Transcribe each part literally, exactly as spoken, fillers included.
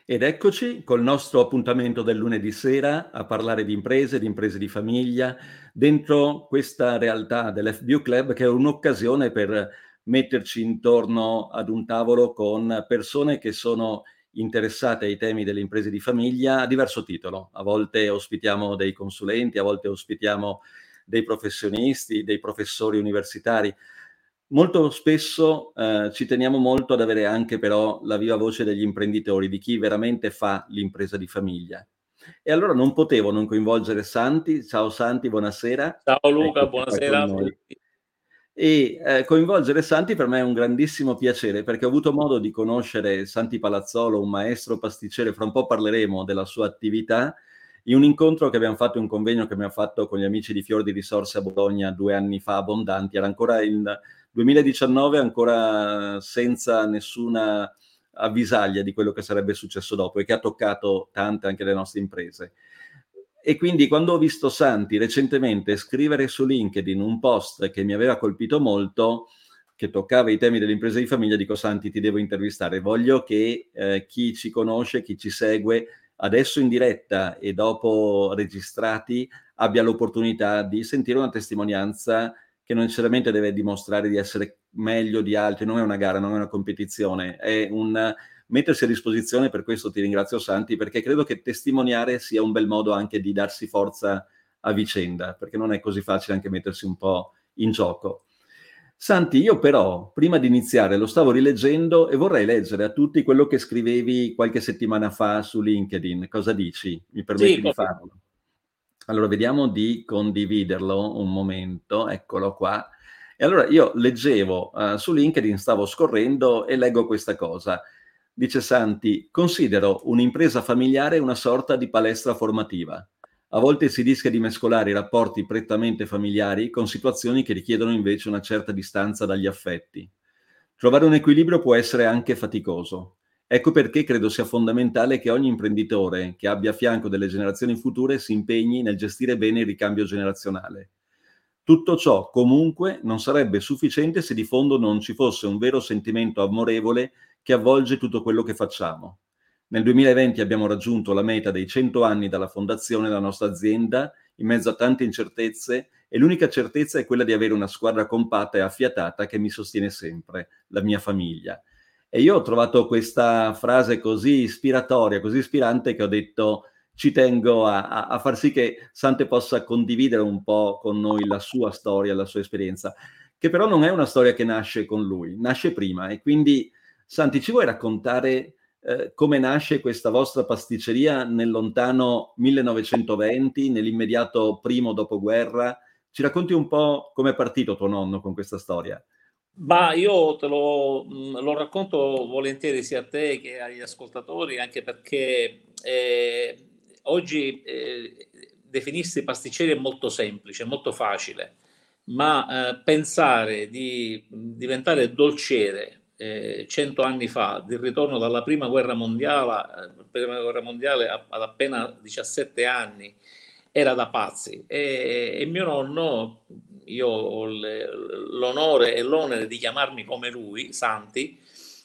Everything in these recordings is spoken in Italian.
Ed eccoci col nostro appuntamento del lunedì sera a parlare di imprese, di imprese di famiglia, dentro questa realtà dell'F B O Club che è un'occasione per metterci intorno ad un tavolo con persone che sono interessate ai temi delle imprese di famiglia a diverso titolo. A volte ospitiamo dei consulenti, a volte ospitiamo dei professionisti, dei professori universitari. Molto spesso, ehm, ci teniamo molto ad avere anche però la viva voce degli imprenditori, di chi veramente fa l'impresa di famiglia. E allora non potevo non coinvolgere Santi. Ciao Santi, buonasera, Ciao Luca, eccoci qua con buonasera a noi. tutti. E, ehm, coinvolgere Santi per me è un grandissimo piacere, perché ho avuto modo di conoscere Santi Palazzolo, un maestro pasticcere, fra un po' parleremo della sua attività, in un incontro che abbiam fatto, in un convegno che abbiam fatto con gli amici di Fior di Risorse a Bologna due anni fa abbondanti. Era ancora il duemiladiciannove, ancora senza nessuna avvisaglia di quello che sarebbe successo dopo e che ha toccato tante anche le nostre imprese. E quindi quando ho visto Santi recentemente scrivere su LinkedIn un post che mi aveva colpito molto, che toccava i temi dell'impresa di famiglia, dico: Santi, ti devo intervistare. Voglio che eh, chi ci conosce, chi ci segue, adesso in diretta e dopo registrati, abbia l'opportunità di sentire una testimonianza che non necessariamente deve dimostrare di essere meglio di altri, non è una gara, non è una competizione, è un mettersi a disposizione. Per questo ti ringrazio Santi, perché credo che testimoniare sia un bel modo anche di darsi forza a vicenda, perché non è così facile anche mettersi un po' in gioco. Santi, io però, prima di iniziare, lo stavo rileggendo e vorrei leggere a tutti quello che scrivevi qualche settimana fa su LinkedIn. Cosa dici? Mi Sì, permetti di co- farlo? Allora, vediamo di condividerlo un momento, eccolo qua. E allora io leggevo eh, su LinkedIn, stavo scorrendo e leggo questa cosa. Dice Santi: considero un'impresa familiare una sorta di palestra formativa. A volte si rischia di mescolare i rapporti prettamente familiari con situazioni che richiedono invece una certa distanza dagli affetti. Trovare un equilibrio può essere anche faticoso. Ecco perché credo sia fondamentale che ogni imprenditore che abbia a fianco delle generazioni future si impegni nel gestire bene il ricambio generazionale. Tutto ciò, comunque, non sarebbe sufficiente se di fondo non ci fosse un vero sentimento amorevole che avvolge tutto quello che facciamo. Nel duemilaventi abbiamo raggiunto la meta dei cento anni dalla fondazione della nostra azienda, in mezzo a tante incertezze, e l'unica certezza è quella di avere una squadra compatta e affiatata che mi sostiene sempre, la mia famiglia. E io ho trovato questa frase così ispiratoria, così ispirante, che ho detto: ci tengo a, a, a far sì che Sante possa condividere un po' con noi la sua storia, la sua esperienza, che però non è una storia che nasce con lui, nasce prima. E quindi, Santi, ci vuoi raccontare eh, come nasce questa vostra pasticceria nel lontano millenovecentoventi, nell'immediato primo dopoguerra? Ci racconti un po' come è partito tuo nonno con questa storia? Ma io te lo, mh, lo racconto volentieri sia a te che agli ascoltatori, anche perché eh, oggi eh, definirsi pasticceri è molto semplice, è molto facile, ma eh, pensare di diventare dolciere eh, cento anni fa, del ritorno dalla prima guerra mondiale, eh, prima guerra mondiale a- ad appena diciassette anni, era da pazzi. E, e mio nonno, io ho l- l'onore e l'onere di chiamarmi come lui, Santi,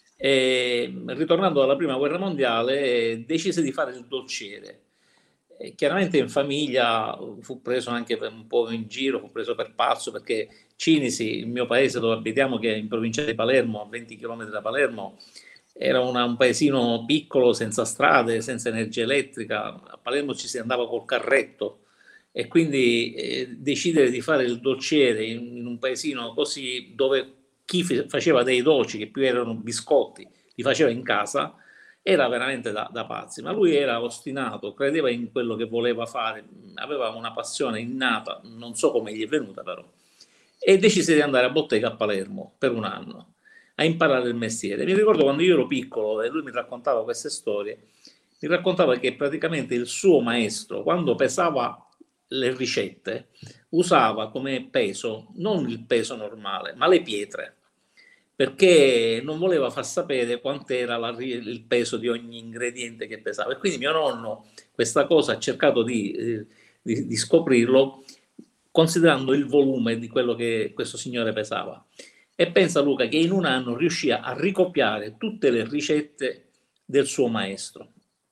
e, ritornando dalla prima guerra mondiale, decise di fare il dolciere. E chiaramente in famiglia fu preso anche per un po' in giro, fu preso per pazzo, perché Cinisi, il mio paese dove abitiamo, che è in provincia di Palermo, a venti chilometri da Palermo, era una- un paesino piccolo, senza strade, senza energia elettrica. A Palermo ci si andava col carretto, e quindi eh, decidere di fare il dolciere in, in un paesino così, dove chi f- faceva dei dolci, che più erano biscotti, li faceva in casa, era veramente da, da pazzi. Ma lui era ostinato, credeva in quello che voleva fare, aveva una passione innata, non so come gli è venuta però, e decise di andare a bottega a Palermo per un anno a imparare il mestiere. Mi ricordo quando io ero piccolo e lui mi raccontava queste storie, mi raccontava che praticamente il suo maestro, quando pesava le ricette, usava come peso non il peso normale, ma le pietre, perché non voleva far sapere quant'era la, il peso di ogni ingrediente che pesava. E quindi mio nonno questa cosa ha cercato di, eh, di, di scoprirlo, considerando il volume di quello che questo signore pesava. E pensa Luca che in un anno riuscì a ricopiare tutte le ricette del suo maestro.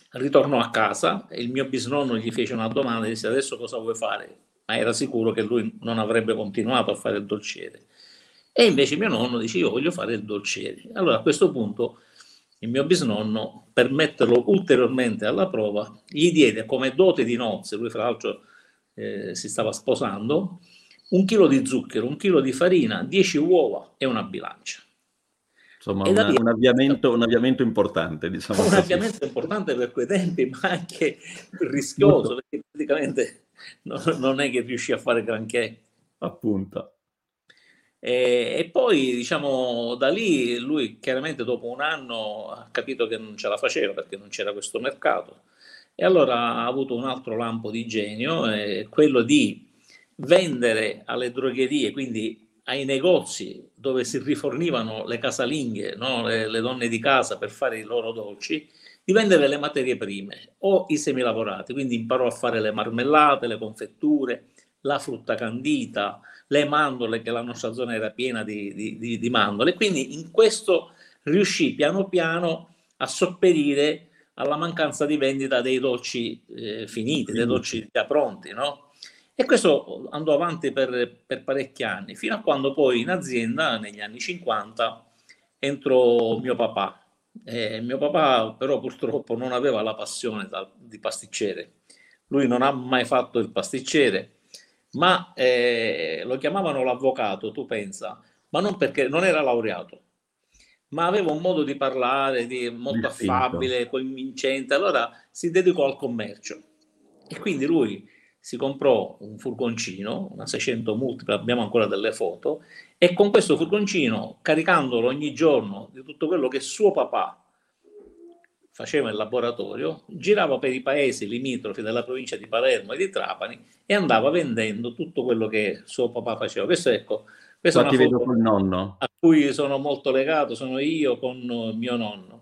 Ritornò a casa e il mio bisnonno gli fece una domanda e disse: adesso cosa vuoi fare? Ma era sicuro che lui non avrebbe continuato a fare il dolciere. E invece mio nonno dice: io voglio fare il dolciere. Allora a questo punto il mio bisnonno, per metterlo ulteriormente alla prova, gli diede come dote di nozze, lui fra l'altro eh, si stava sposando, un chilo di zucchero, un chilo di farina, dieci uova e una bilancia. Insomma, E da una, lì un, avviamento, un avviamento importante, diciamo un così. avviamento importante per quei tempi, ma anche rischioso, Molto, perché praticamente no, non è che riuscì a fare granché. appunto. E, e poi, diciamo, da lì lui chiaramente dopo un anno ha capito che non ce la faceva perché non c'era questo mercato. E allora ha avuto un altro lampo di genio, eh, quello di vendere alle drogherie, quindi ai negozi dove si rifornivano le casalinghe, no? le, le donne di casa per fare i loro dolci, di vendere le materie prime o i semilavorati. Quindi imparò a fare le marmellate, le confetture, la frutta candita, le mandorle, che la nostra zona era piena di, di, di, di mandorle. Quindi in questo riuscì piano piano a sopperire alla mancanza di vendita dei dolci eh, finiti, dei dolci già pronti, no? E questo andò avanti per, per parecchi anni, fino a quando poi in azienda, negli anni cinquanta, entrò mio papà. Eh, mio papà però purtroppo non aveva la passione da, di pasticcere. Lui non ha mai fatto il pasticcere, ma eh, lo chiamavano l'avvocato, tu pensa, ma non perché non era laureato, ma aveva un modo di parlare di, molto Distinto. affabile, convincente, allora si dedicò al commercio e quindi lui si comprò un furgoncino, una seicento multipla, abbiamo ancora delle foto, e con questo furgoncino, caricandolo ogni giorno di tutto quello che suo papà faceva in laboratorio, girava per i paesi limitrofi della provincia di Palermo e di Trapani e andava vendendo tutto quello che suo papà faceva. Questo, ecco, questa è Qua una ti vedo foto col nonno. a cui sono molto legato, sono io con mio nonno.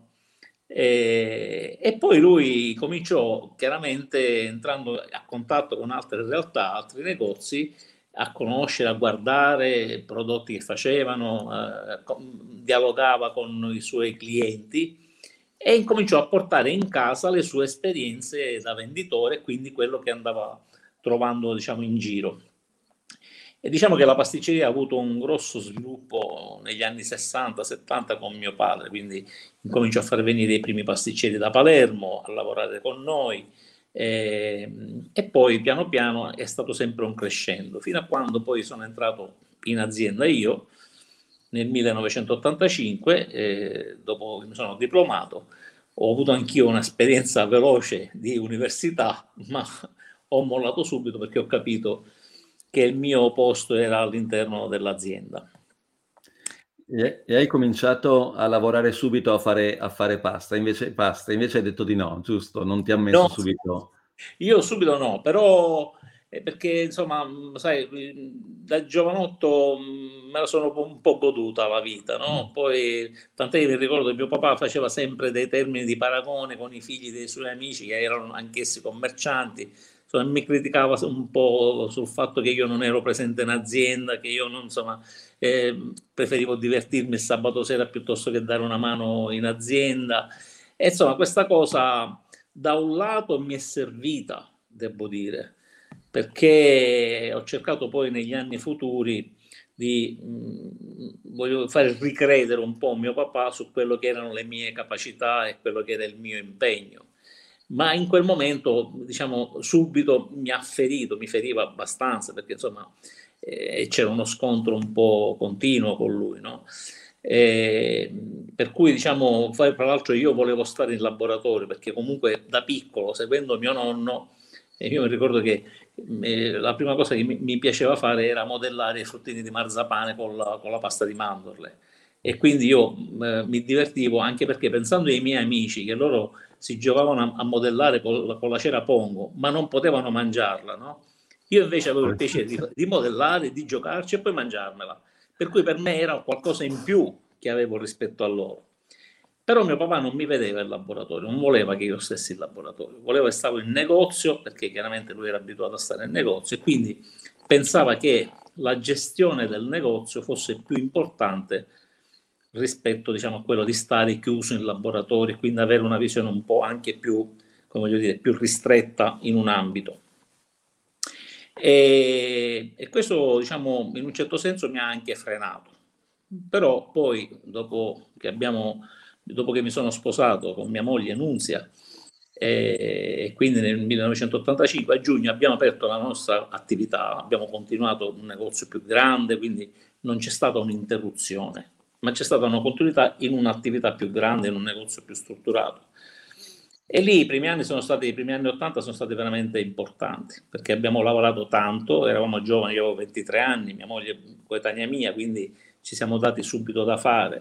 E, e poi lui cominciò chiaramente entrando a contatto con altre realtà, altri negozi, a conoscere, a guardare i prodotti che facevano, eh, dialogava con i suoi clienti e incominciò a portare in casa le sue esperienze da venditore, quindi quello che andava trovando, diciamo, in giro. E diciamo che la pasticceria ha avuto un grosso sviluppo negli anni sessanta settanta con mio padre, quindi incominciò a far venire i primi pasticceri da Palermo, a lavorare con noi, e, e poi piano piano è stato sempre un crescendo, fino a quando poi sono entrato in azienda io nel millenovecentottantacinque, eh, dopo che mi sono diplomato. Ho avuto anch'io un'esperienza veloce di università, ma ho mollato subito perché ho capito che il mio posto era all'interno dell'azienda. E, e hai cominciato a lavorare subito a fare, a fare pasta, invece, pasta, invece hai detto di no, giusto? Non ti ha messo No, subito. io subito no, però eh, perché insomma, mh, sai, mh, da giovanotto mh, me la sono un po' goduta la vita, no? Poi, tant'è che mi ricordo che mio papà faceva sempre dei termini di paragone con i figli dei suoi amici che erano anch'essi commercianti, insomma, mi criticava un po' sul fatto che io non ero presente in azienda, che io non, insomma, eh, preferivo divertirmi il sabato sera piuttosto che dare una mano in azienda. E insomma, questa cosa da un lato mi è servita, devo dire, perché ho cercato poi negli anni futuri di mh, voglio fare ricredere un po' mio papà su quello che erano le mie capacità e quello che era il mio impegno. Ma in quel momento, diciamo, subito mi ha ferito, mi feriva abbastanza perché insomma eh, c'era uno scontro un po' continuo con lui, no? Eh, per cui diciamo, tra l'altro io volevo stare in laboratorio perché comunque da piccolo, seguendo mio nonno, eh, io mi ricordo che eh, la prima cosa che mi, mi piaceva fare era modellare i fruttini di marzapane con la, con la pasta di mandorle. E quindi io eh, mi divertivo anche perché pensando ai miei amici che loro si giocavano a, a modellare con la, con la cera Pongo, ma non potevano mangiarla, no? Io invece avevo il piacere di, di modellare, di giocarci e poi mangiarmela. Per cui per me era qualcosa in più che avevo rispetto a loro. Però mio papà non mi vedeva in laboratorio, non voleva che io stessi in laboratorio, voleva che stavo in negozio, perché chiaramente lui era abituato a stare in negozio, e quindi pensava che la gestione del negozio fosse più importante rispetto, diciamo, a quello di stare chiuso in laboratorio e quindi avere una visione un po' anche più come voglio dire, più ristretta in un ambito. E, e questo, diciamo, in un certo senso mi ha anche frenato. Però poi, dopo che, abbiamo, dopo che mi sono sposato con mia moglie Nunzia, e quindi nel millenovecentottantacinque a giugno abbiamo aperto la nostra attività, abbiamo continuato un negozio più grande, quindi non c'è stata un'interruzione, ma c'è stata una continuità in un'attività più grande, in un negozio più strutturato. E lì i primi anni sono stati, i primi anni ottanta sono stati veramente importanti, perché abbiamo lavorato tanto, eravamo giovani, io avevo ventitré anni, mia moglie coetanea mia, quindi ci siamo dati subito da fare.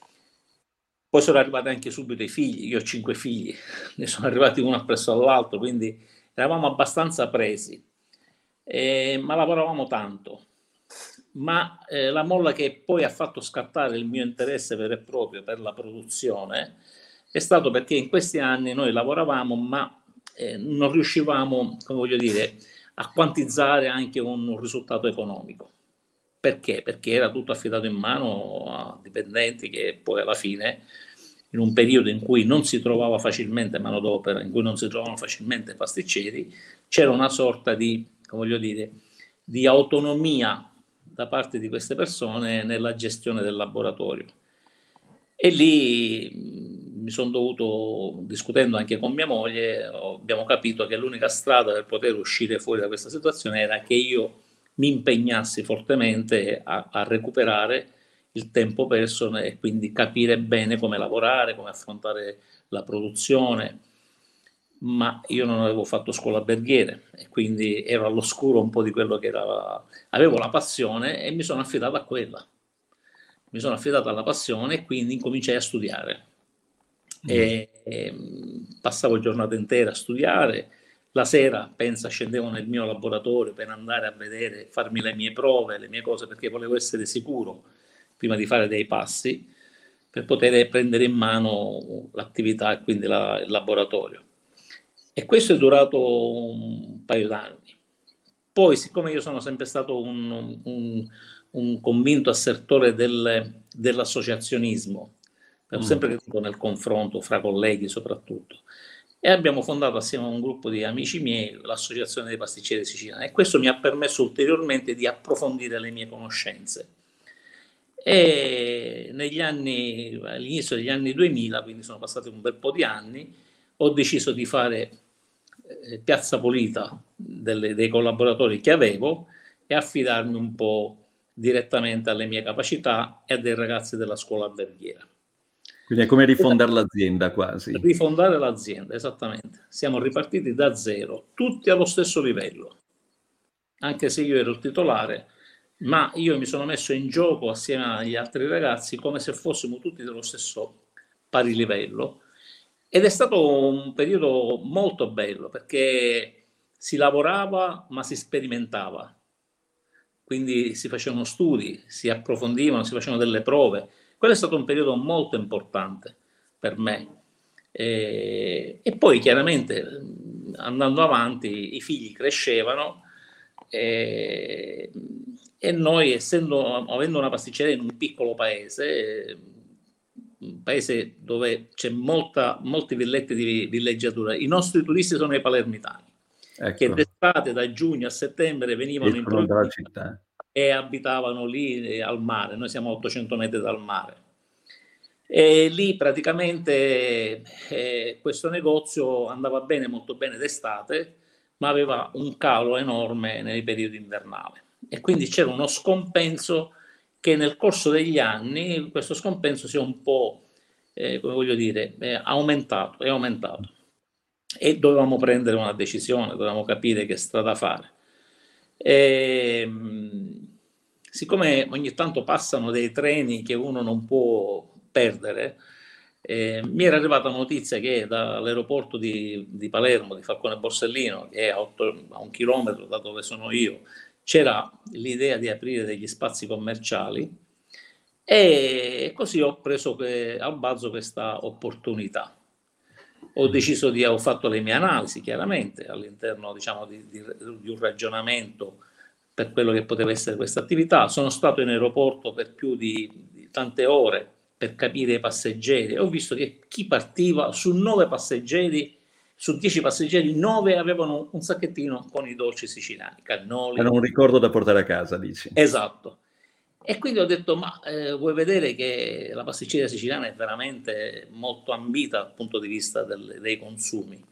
Poi sono arrivati anche subito i figli, io ho cinque figli, ne sono arrivati uno appresso all'altro, quindi eravamo abbastanza presi, eh, ma lavoravamo tanto. Ma eh, la molla che poi ha fatto scattare il mio interesse vero e proprio per la produzione è stato perché in questi anni noi lavoravamo, ma eh, non riuscivamo, come voglio dire, a quantizzare anche un, un risultato economico. Perché? Perché era tutto affidato in mano a dipendenti che poi alla fine, in un periodo in cui non si trovava facilmente manodopera, in cui non si trovavano facilmente pasticceri, c'era una sorta di, come voglio dire, di autonomia da parte di queste persone nella gestione del laboratorio. E lì mi sono dovuto, discutendo anche con mia moglie, abbiamo capito che l'unica strada per poter uscire fuori da questa situazione era che io mi impegnassi fortemente a, a recuperare il tempo perso e quindi capire bene come lavorare, come affrontare la produzione. Ma io non avevo fatto scuola alberghiere e quindi ero all'oscuro un po' di quello che era. Avevo la passione e mi sono affidato a quella. Mi sono affidato alla passione e quindi incominciai a studiare. E, e, passavo giornate intere a studiare. La sera, pensa, scendevo nel mio laboratorio per andare a vedere, farmi le mie prove, le mie cose, perché volevo essere sicuro prima di fare dei passi per poter prendere in mano l'attività e quindi la, il laboratorio. E questo è durato un paio d'anni. Poi, siccome io sono sempre stato un, un, un convinto assertore del, dell'associazionismo, ho sempre creduto nel confronto fra colleghi soprattutto, e abbiamo fondato assieme a un gruppo di amici miei l'associazione dei pasticceri siciliani e questo mi ha permesso ulteriormente di approfondire le mie conoscenze. E negli anni, all'inizio degli anni duemila, quindi sono passati un bel po' di anni, ho deciso di fare eh, piazza pulita delle, dei collaboratori che avevo e affidarmi un po' direttamente alle mie capacità e a dei ragazzi della scuola alberghiera. Quindi è come rifondare l'azienda quasi. Rifondare l'azienda, esattamente. Siamo ripartiti da zero, tutti allo stesso livello, anche se io ero il titolare, ma io mi sono messo in gioco assieme agli altri ragazzi come se fossimo tutti dello stesso pari livello ed è stato un periodo molto bello perché si lavorava ma si sperimentava, quindi si facevano studi, si approfondivano, si facevano delle prove. Quello è stato un periodo molto importante per me. E, e poi chiaramente andando avanti i figli crescevano e, e noi essendo, avendo una pasticceria in un piccolo paese, un paese dove c'è molta, molti villetti di villeggiatura, i nostri turisti sono i palermitani, ecco, che d'estate da giugno a settembre venivano in provincia e abitavano lì al mare, noi siamo a ottocento metri dal mare. E lì praticamente eh, questo negozio andava bene, molto bene d'estate, ma aveva un calo enorme nei periodi invernali e quindi c'era uno scompenso che nel corso degli anni questo scompenso si è un po', eh, come voglio dire, eh, aumentato, è aumentato e dovevamo prendere una decisione, dovevamo capire che strada fare. E, siccome ogni tanto passano dei treni che uno non può perdere, eh, mi era arrivata notizia che dall'aeroporto di, di Palermo, di Falcone Borsellino, che è a, otto, a un chilometro da dove sono io, c'era l'idea di aprire degli spazi commerciali e così ho preso che, a balzo questa opportunità. Ho deciso di, ho fatto le mie analisi chiaramente all'interno diciamo, di, di, di un ragionamento per quello che poteva essere questa attività. Sono stato in aeroporto per più di, di tante ore per capire i passeggeri. Ho visto che chi partiva su nove passeggeri su dieci passeggeri, nove avevano un sacchettino con i dolci siciliani, cannoli. Era un ricordo da portare a casa, dici? Esatto. E quindi ho detto, ma eh, vuoi vedere che la pasticceria siciliana è veramente molto ambita dal punto di vista del, dei consumi.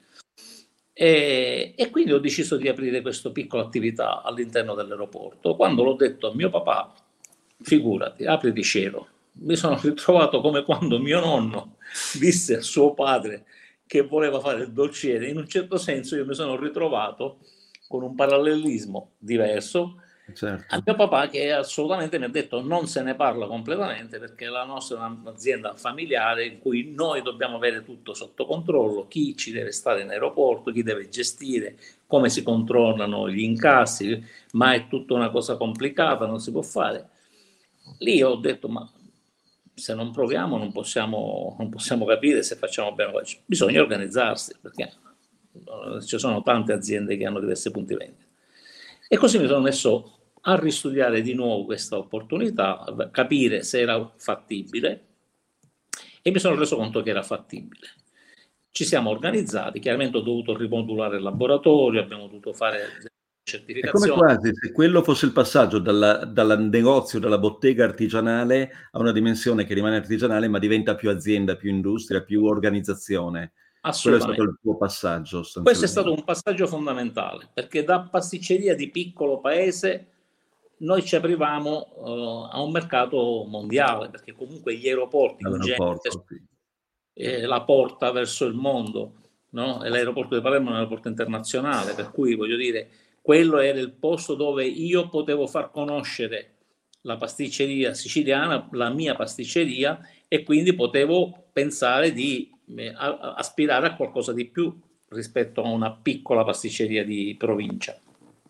E, e quindi ho deciso di aprire questa piccola attività all'interno dell'aeroporto. Quando l'ho detto a mio papà, figurati, apri di cielo, mi sono ritrovato come quando mio nonno disse a suo padre che voleva fare il dolciere. In un certo senso io mi sono ritrovato con un parallelismo diverso, Certo. a mio papà, che assolutamente mi ha detto non se ne parla completamente, perché la nostra è un'azienda familiare in cui noi dobbiamo avere tutto sotto controllo, chi ci deve stare in aeroporto, chi deve gestire, come si controllano gli incassi, ma è tutta una cosa complicata, non si può fare. Lì ho detto, ma se non proviamo non possiamo, non possiamo capire se facciamo bene. Bisogna organizzarsi, perché ci sono tante aziende che hanno diversi punti vendita. E così mi sono messo a ristudiare di nuovo questa opportunità, a capire se era fattibile, e mi sono reso conto che era fattibile. Ci siamo organizzati, chiaramente ho dovuto rimodulare il laboratorio, abbiamo dovuto fare È come certificazioni. quasi se quello fosse il passaggio dalla dal negozio, dalla bottega artigianale a una dimensione che rimane artigianale, ma diventa più azienda, più industria, più organizzazione. Quello è stato Assolutamente. il tuo passaggio Questo è stato sostanzialmente. un passaggio fondamentale, perché da pasticceria di piccolo paese noi ci aprivamo uh, a un mercato mondiale, perché comunque gli aeroporti in genere All'aeroporto, sì. eh, la porta verso il mondo, no? E l'aeroporto di Palermo è un aeroporto internazionale, per cui voglio dire, quello era il posto dove io potevo far conoscere la pasticceria siciliana, la mia pasticceria, e quindi potevo pensare di eh, aspirare a qualcosa di più rispetto a una piccola pasticceria di provincia.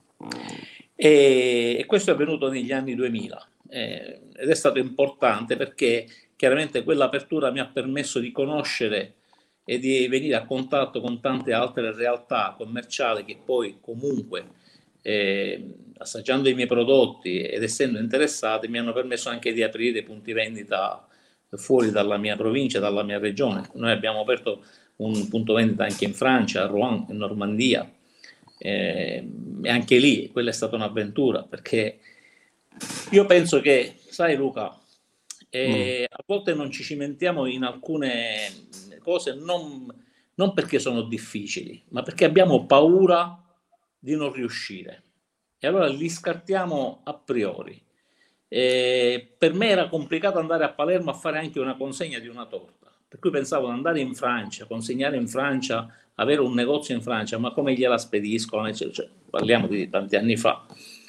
E, e questo è avvenuto negli anni duemila eh, ed è stato importante perché chiaramente quell'apertura mi ha permesso di conoscere e di venire a contatto con tante altre realtà commerciali che poi comunque eh, assaggiando i miei prodotti ed essendo interessati mi hanno permesso anche di aprire punti vendita fuori dalla mia provincia, dalla mia regione. Noi abbiamo aperto un punto vendita anche in Francia, a Rouen, in Normandia, eh, e anche lì quella è stata un'avventura, perché io penso che, sai Luca, Mh. eh, a volte non ci cimentiamo in alcune cose non, non perché sono difficili, ma perché abbiamo paura di non riuscire. E allora li scartiamo a priori. Eh, per me era complicato andare a Palermo a fare anche una consegna di una torta, per cui pensavo di andare in Francia, consegnare in Francia, avere un negozio in Francia, ma come gliela spediscono? Cioè, cioè, parliamo di tanti anni fa.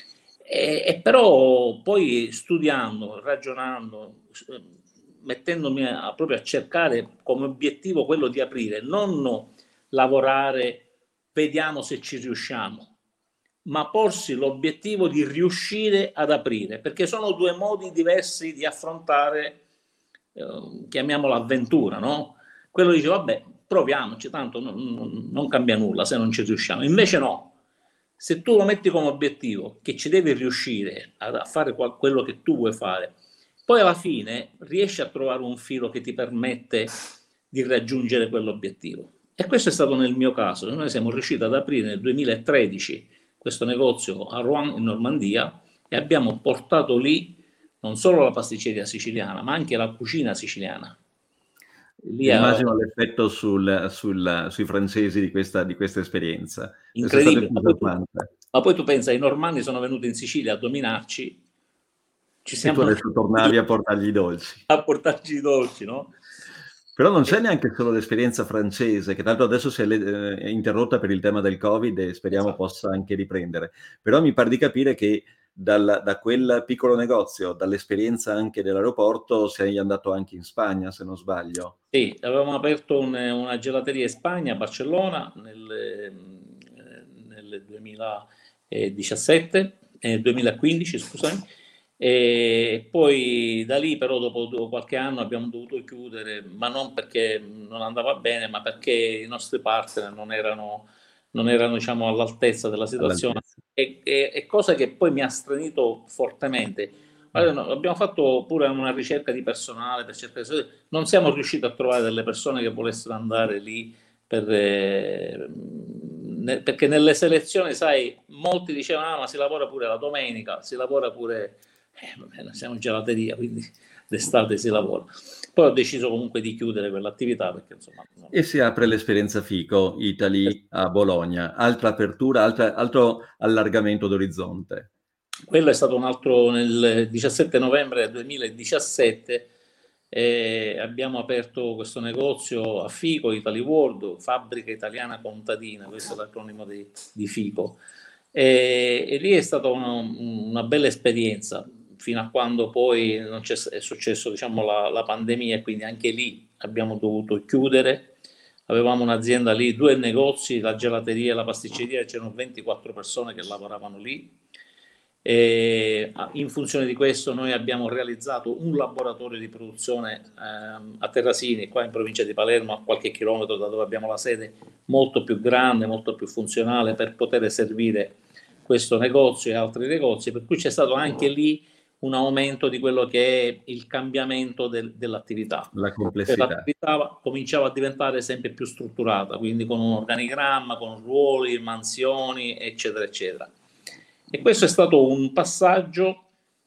E, e però poi studiando, ragionando, mettendomi a, proprio a cercare come obiettivo quello di aprire, non lavorare, vediamo se ci riusciamo, ma porsi l'obiettivo di riuscire ad aprire, perché sono due modi diversi di affrontare, eh, chiamiamola avventura, no? Quello dice, vabbè, proviamoci, tanto non, non, non cambia nulla se non ci riusciamo. Invece no, se tu lo metti come obiettivo che ci devi riuscire a fare quello che tu vuoi fare, poi alla fine riesci a trovare un filo che ti permette di raggiungere quell'obiettivo. E questo è stato nel mio caso. Noi siamo riusciti ad aprire nel duemilatredici questo negozio a Rouen in Normandia e abbiamo portato lì non solo la pasticceria siciliana, ma anche la cucina siciliana. Lì E a, immagino l'effetto sul sul sui francesi di questa di questa esperienza. Deve essere stato incredibile, ma poi, tu, entusiasmante. ma poi tu pensa, i normanni sono venuti in Sicilia a dominarci, ci E tu siamo adesso tornavi a portargli i dolci. a portarci i dolci, no? Però non c'è E, neanche solo l'esperienza francese, che tanto adesso si è le ehm, interrotta per il tema del Covid e speriamo esatto. possa anche riprendere. Però mi par di capire che dal da quel piccolo negozio, dall'esperienza anche dell'aeroporto, sei andato anche in Spagna, se non sbaglio. Sì, avevamo aperto un, una gelateria in Spagna, a Barcellona, nel, nel duemiladiciassette, nel duemilaquindici, scusami, e poi da lì però dopo, dopo qualche anno abbiamo dovuto chiudere, ma non perché non andava bene, ma perché i nostri partner non erano, non erano diciamo, all'altezza della situazione, All'altezza. e, e, e cosa che poi mi ha stranito fortemente. Allora, no, abbiamo fatto pure una ricerca di personale per cercare, non siamo riusciti a trovare delle persone che volessero andare lì per, eh, ne, perché nelle selezioni, sai, molti dicevano ah, ma si lavora pure la domenica, si lavora pure, eh, vabbè, siamo in gelateria, quindi d'estate si lavora. Poi ho deciso comunque di chiudere quell'attività perché insomma... No. E si apre l'esperienza FICO Italy a Bologna, altra apertura, altra, altro allargamento d'orizzonte. Quello è stato un altro nel diciassette novembre duemiladiciassette. Eh, abbiamo aperto questo negozio a FICO, Italy World, Fabbrica Italiana Contadina, questo è l'acronimo di, di FICO. E, e lì è stata una, una bella esperienza, fino a quando poi non c'è, è successo diciamo, la, la pandemia, e quindi anche lì abbiamo dovuto chiudere. Avevamo un'azienda lì, due negozi, la gelateria e la pasticceria, c'erano ventiquattro persone che lavoravano lì. E in funzione di questo noi abbiamo realizzato un laboratorio di produzione ehm, a Terrasini, qua in provincia di Palermo, a qualche chilometro da dove abbiamo la sede, molto più grande, molto più funzionale per poter servire questo negozio e altri negozi, per cui c'è stato anche lì un aumento di quello che è il cambiamento del, dell'attività. La complessità. L'attività cominciava a diventare sempre più strutturata, quindi con un organigramma, con ruoli, mansioni, eccetera, eccetera. E questo è stato un passaggio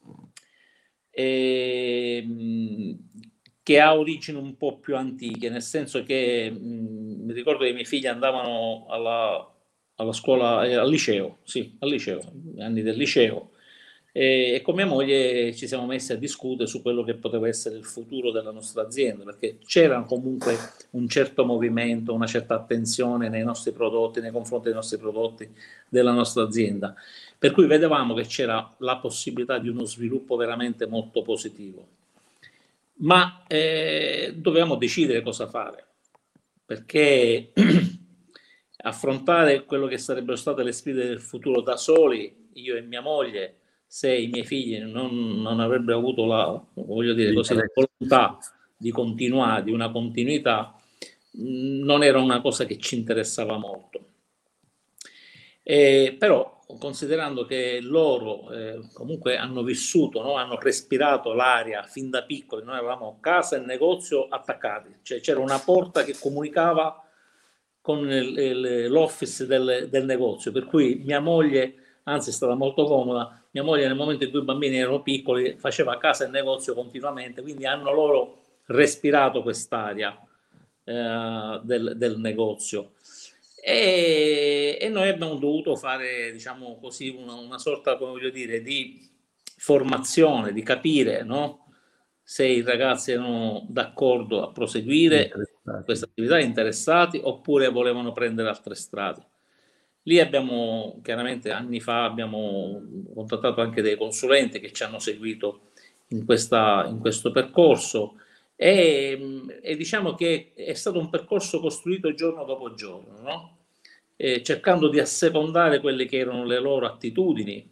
eh, che ha origini un po' più antiche, nel senso che mh, mi ricordo che i miei figli andavano alla, alla scuola, eh, al liceo, sì, al liceo, anni del liceo, e, e con mia moglie ci siamo messi a discutere su quello che poteva essere il futuro della nostra azienda, perché c'era comunque un certo movimento, una certa attenzione nei nostri prodotti, nei confronti dei nostri prodotti della nostra azienda. Per cui vedevamo che c'era la possibilità di uno sviluppo veramente molto positivo. Ma eh, dovevamo decidere cosa fare, perché affrontare quello che sarebbero state le sfide del futuro da soli, io e mia moglie, se i miei figli non, non avrebbero avuto la, voglio dire così, la volontà di continuare, di una continuità, non era una cosa che ci interessava molto. Eh, però considerando che loro eh, comunque hanno vissuto, no? Hanno respirato l'aria fin da piccoli, noi avevamo casa e negozio attaccati, cioè c'era una porta che comunicava con l'office del, del negozio, per cui mia moglie, anzi è stata molto comoda, mia moglie nel momento in cui i bambini erano piccoli faceva casa e negozio continuamente, quindi hanno loro respirato quest'aria eh, del, del negozio. E, e noi abbiamo dovuto fare, diciamo così, una, una sorta, come voglio dire, di formazione, di capire, no? Se i ragazzi erano d'accordo a proseguire questa attività, interessati, oppure volevano prendere altre strade. Lì abbiamo, chiaramente anni fa, abbiamo contattato anche dei consulenti che ci hanno seguito in, questa, in questo percorso. E, e diciamo che è stato un percorso costruito giorno dopo giorno, no? E cercando di assecondare quelle che erano le loro attitudini.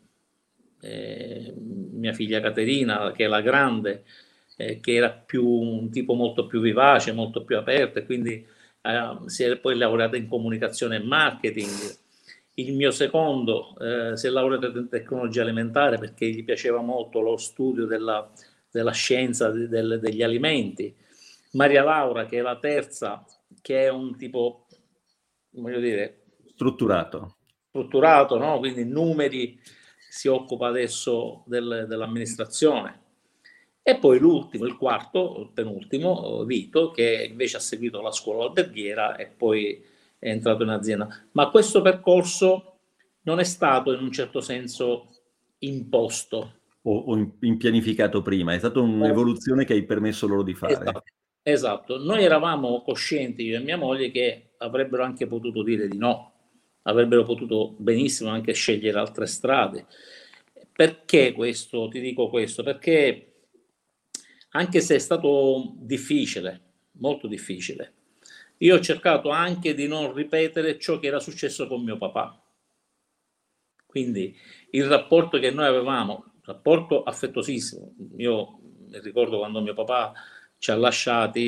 Eh, mia figlia Caterina, che è la grande, eh, che era più un tipo molto più vivace, molto più aperto, e quindi eh, si è poi laureata in comunicazione e marketing. Il mio secondo eh, si è laureato in tecnologia alimentare perché gli piaceva molto lo studio della della scienza del, degli alimenti. Maria Laura, che è la terza, che è un tipo, voglio dire, strutturato, strutturato, no? Quindi numeri, si occupa adesso del, dell'amministrazione. E poi l'ultimo, il quarto, il penultimo, Vito, che invece ha seguito la scuola alberghiera e poi è entrato in azienda. Ma questo percorso non è stato in un certo senso imposto. O, o impianificato prima, è stata un'evoluzione che hai permesso loro di fare. Esatto, esatto. Noi eravamo coscienti, io e mia moglie, che avrebbero anche potuto dire di no, avrebbero potuto benissimo anche scegliere altre strade. Perché questo? Ti dico questo, perché anche se è stato difficile, molto difficile, io ho cercato anche di non ripetere ciò che era successo con mio papà. Quindi il rapporto che noi avevamo, rapporto affettuosissimo, io ricordo quando mio papà ci ha lasciati,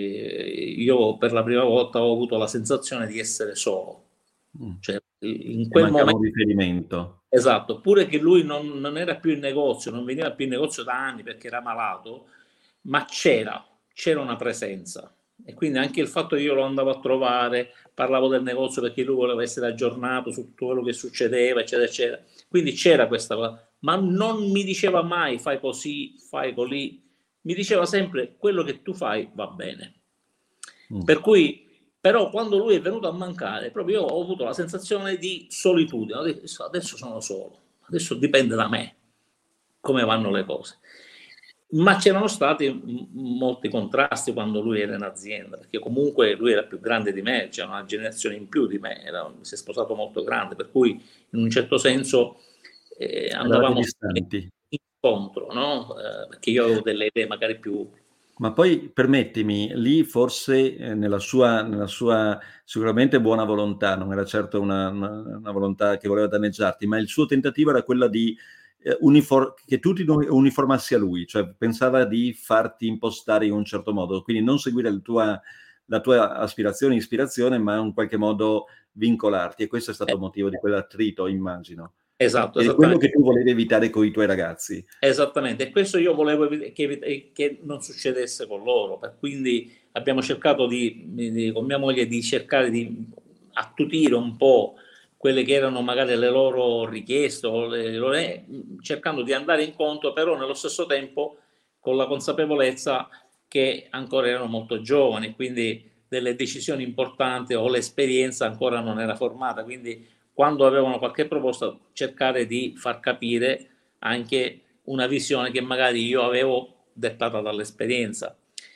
io per la prima volta ho avuto la sensazione di essere solo. Cioè, in quel momento, un riferimento. Esatto, pure che lui non, non era più in negozio, non veniva più in negozio da anni perché era malato, ma c'era, c'era una presenza. E quindi anche il fatto che io lo andavo a trovare, parlavo del negozio perché lui voleva essere aggiornato su tutto quello che succedeva, eccetera, eccetera. Quindi c'era questa cosa, ma non mi diceva mai fai così, fai così, mi diceva sempre quello che tu fai va bene. Mm. Per cui, però, quando lui è venuto a mancare, proprio io ho avuto la sensazione di solitudine. Ho detto, adesso sono solo, adesso dipende da me come vanno le cose. Ma c'erano stati molti contrasti quando lui era in azienda, perché comunque lui era più grande di me, c'era una generazione in più di me, era, si è sposato molto grande, per cui in un certo senso eh, Eravate andavamo distanti. incontro, no? Eh, perché io avevo delle idee magari più... Ma poi permettimi, lì forse eh, nella sua, nella sua sicuramente buona volontà, non era certo una, una, una volontà che voleva danneggiarti, ma il suo tentativo era quella di eh, unifor- che tu ti uniformassi a lui, cioè pensava di farti impostare in un certo modo, quindi non seguire il tua, la tua aspirazione, ispirazione, ma in qualche modo vincolarti, e questo è stato eh, il motivo di quell'attrito, immagino. esatto, Ed è quello che esattamente. tu volevi evitare con i tuoi ragazzi. Esattamente, e questo io volevo che, che non succedesse con loro, per quindi abbiamo cercato di, di, con mia moglie di cercare di attutire un po' quelle che erano magari le loro richieste, o le, le, cercando di andare incontro, però nello stesso tempo con la consapevolezza che ancora erano molto giovani, quindi delle decisioni importanti o l'esperienza ancora non era formata, quindi quando avevano qualche proposta cercare di far capire anche una visione che magari io avevo dettata dall'esperienza.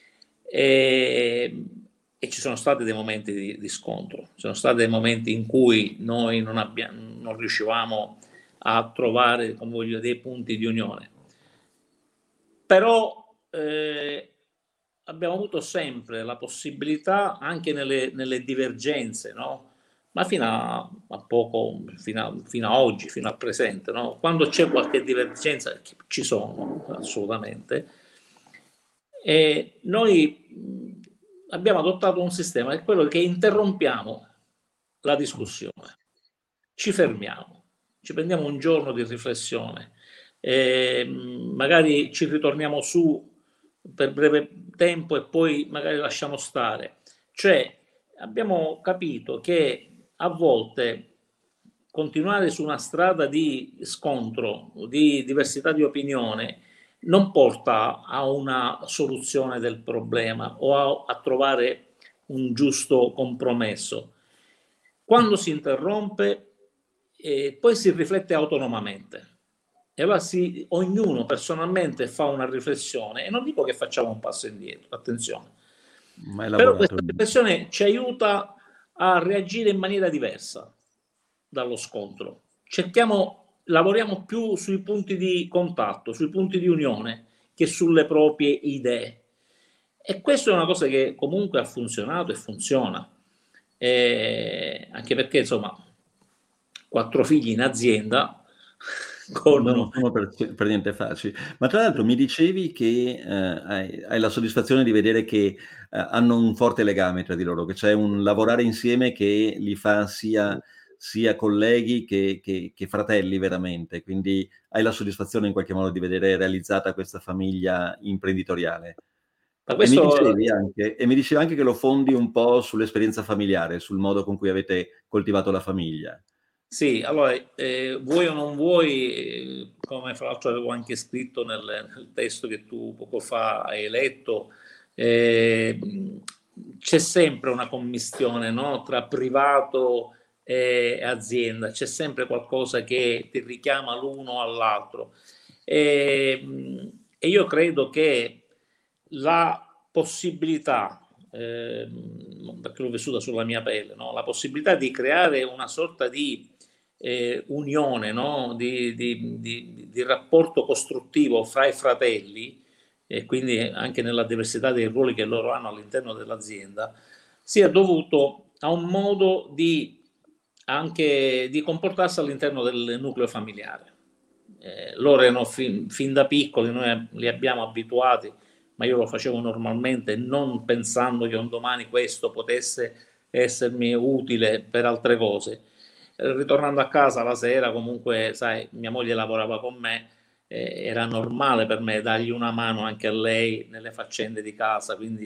E, e ci sono stati dei momenti di, di scontro, ci sono stati dei momenti in cui noi non, abbiamo, non riuscivamo a trovare, come voglio, dei punti di unione. Però eh, abbiamo avuto sempre la possibilità, anche nelle, nelle divergenze, no? Ma fino a, a poco, fino a, fino a oggi, fino al presente, no? Quando c'è qualche divergenza, che ci sono assolutamente, e noi abbiamo adottato un sistema che è quello che interrompiamo la discussione, ci fermiamo, ci prendiamo un giorno di riflessione, e magari ci ritorniamo su per breve tempo e poi magari lasciamo stare. Cioè abbiamo capito che a volte continuare su una strada di scontro, di diversità di opinione, non porta a una soluzione del problema o a, a trovare un giusto compromesso. Quando si interrompe, eh, poi si riflette autonomamente. E allora si, ognuno personalmente fa una riflessione, e non dico che facciamo un passo indietro, attenzione, Ma hai però lavorato. questa riflessione ci aiuta a reagire in maniera diversa dallo scontro. Cerchiamo, lavoriamo più sui punti di contatto, sui punti di unione, che sulle proprie idee. E questa è una cosa che comunque ha funzionato e funziona. E anche perché, insomma, quattro figli in azienda Non con... sono per, per niente facili. Ma tra l'altro mi dicevi che eh, hai, hai la soddisfazione di vedere che eh, hanno un forte legame tra di loro, che c'è un lavorare insieme che li fa sia, sia colleghi che, che, che fratelli veramente, quindi hai la soddisfazione in qualche modo di vedere realizzata questa famiglia imprenditoriale. Ma E mi questo dicevi anche, e mi dicevi anche che lo fondi un po' sull'esperienza familiare, sul modo con cui avete coltivato la famiglia. sì, allora, eh, vuoi o non vuoi, eh, come fra l'altro avevo anche scritto nel, nel testo che tu poco fa hai letto, eh, c'è sempre una commistione, no, tra privato e azienda, c'è sempre qualcosa che ti richiama l'uno all'altro. E, e io credo che la possibilità, eh, perché l'ho vissuta sulla mia pelle, no? La possibilità di creare una sorta di eh, unione, no? di, di, di, di rapporto costruttivo fra i fratelli, e quindi anche nella diversità dei ruoli che loro hanno all'interno dell'azienda, sia dovuto a un modo di, anche di comportarsi all'interno del nucleo familiare. Eh, loro erano fin, fin da piccoli, noi li abbiamo abituati, ma io lo facevo normalmente, non pensando che un domani questo potesse essermi utile per altre cose. Eh, ritornando a casa la sera, comunque, sai, mia moglie lavorava con me, eh, era normale per me dargli una mano anche a lei nelle faccende di casa, quindi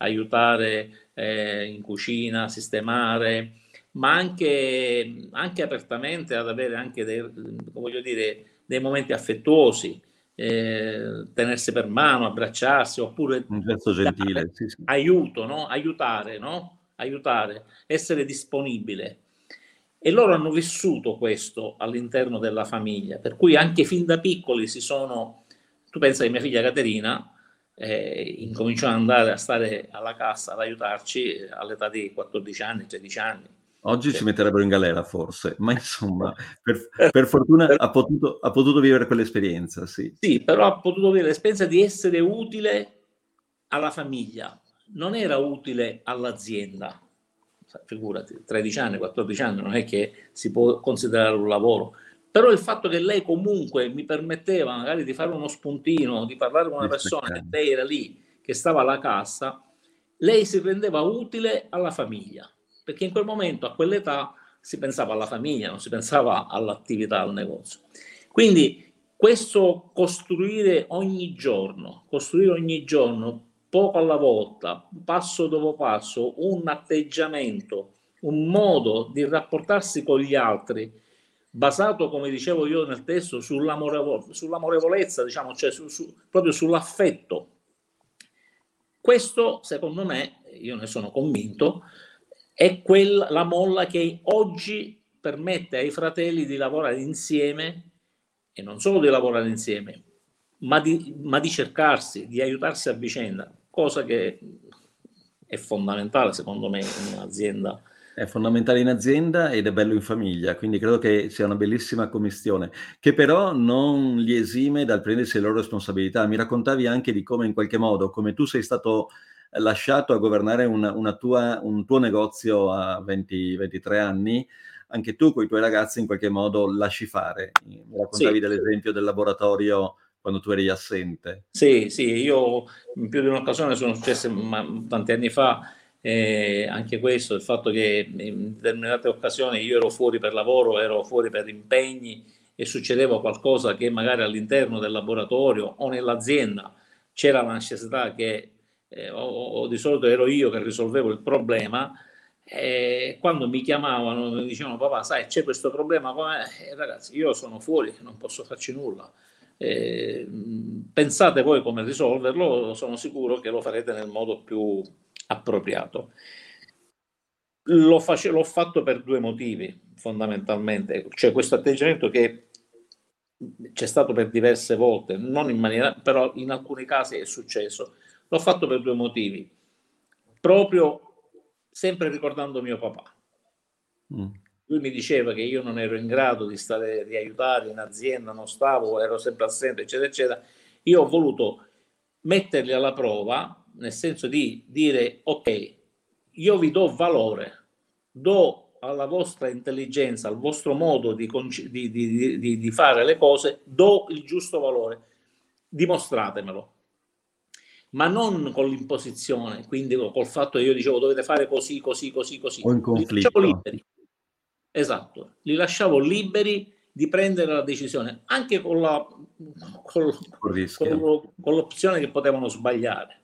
aiutare eh, in cucina, sistemare, ma anche, anche apertamente ad avere anche dei, voglio dire, dei momenti affettuosi, eh, tenersi per mano, abbracciarsi, oppure Un gesto dare gentile, sì, sì. aiuto, no? Aiutare, no? Aiutare, essere disponibile. E loro hanno vissuto questo all'interno della famiglia, per cui anche fin da piccoli si sono... Tu pensa che mia figlia Caterina eh, incominciò ad andare a stare alla cassa ad aiutarci all'età di quattordici anni, tredici anni. Oggi Cioè, ci metterebbero in galera forse, ma insomma, per, per fortuna ha potuto, ha potuto vivere quell'esperienza, sì. Sì, però ha potuto avere l'esperienza di essere utile alla famiglia, non era utile all'azienda. Figurati, tredici anni, quattordici anni, non è che si può considerare un lavoro. Però il fatto che lei comunque mi permetteva magari di fare uno spuntino, di parlare con una persona, e lei era lì, che stava alla cassa, lei si rendeva utile alla famiglia, perché in quel momento, a quell'età, si pensava alla famiglia, non si pensava all'attività, al negozio. Quindi questo costruire ogni giorno, costruire ogni giorno, poco alla volta, passo dopo passo, un atteggiamento, un modo di rapportarsi con gli altri, basato, come dicevo io nel testo, sull'amorevole, sull'amorevolezza, diciamo, cioè su, su, proprio sull'affetto. Questo, secondo me, io ne sono convinto, è quella, la molla che oggi permette ai fratelli di lavorare insieme, e non solo di lavorare insieme, ma di, ma di cercarsi, di aiutarsi a vicenda, cosa che è fondamentale secondo me in un'azienda. È fondamentale in azienda ed è bello in famiglia, quindi credo che sia una bellissima commistione, che però non li esime dal prendersi le loro responsabilità. Mi raccontavi anche di come in qualche modo, come tu sei stato lasciato a governare una, una tua, un tuo negozio a venti ventitré anni, anche tu con i tuoi ragazzi in qualche modo lasci fare. Mi raccontavi Sì, dell'esempio del laboratorio quando tu eri assente. sì, sì, io in più di un'occasione sono successe ma, tanti anni fa, eh, anche questo, il fatto che in determinate occasioni io ero fuori per lavoro, ero fuori per impegni e succedeva qualcosa che magari all'interno del laboratorio o nell'azienda c'era la necessità che, eh, o, o di solito ero io che risolvevo il problema, e quando mi chiamavano mi dicevano papà sai c'è questo problema, eh, ragazzi io sono fuori, non posso farci nulla. Eh, pensate voi come risolverlo, sono sicuro che lo farete nel modo più appropriato. L'ho, face- l'ho fatto per due motivi fondamentalmente, cioè questo atteggiamento che c'è stato per diverse volte, non in maniera, però in alcuni casi è successo. L'ho fatto per due motivi, proprio sempre ricordando mio papà. Mm. Lui mi diceva che io non ero in grado di stare, di aiutare in azienda, non stavo, ero sempre assente, eccetera, eccetera. Io ho voluto metterli alla prova, nel senso di dire, ok, io vi do valore, do alla vostra intelligenza, al vostro modo di, di, di, di, di fare le cose, do il giusto valore, dimostratemelo. Ma non con l'imposizione, quindi col fatto che io dicevo dovete fare così, così, così, così. O in Li lasciavo conflitto. liberi. Esatto, li lasciavo liberi di prendere la decisione, anche con, la, con, Con con, con l'opzione che potevano sbagliare.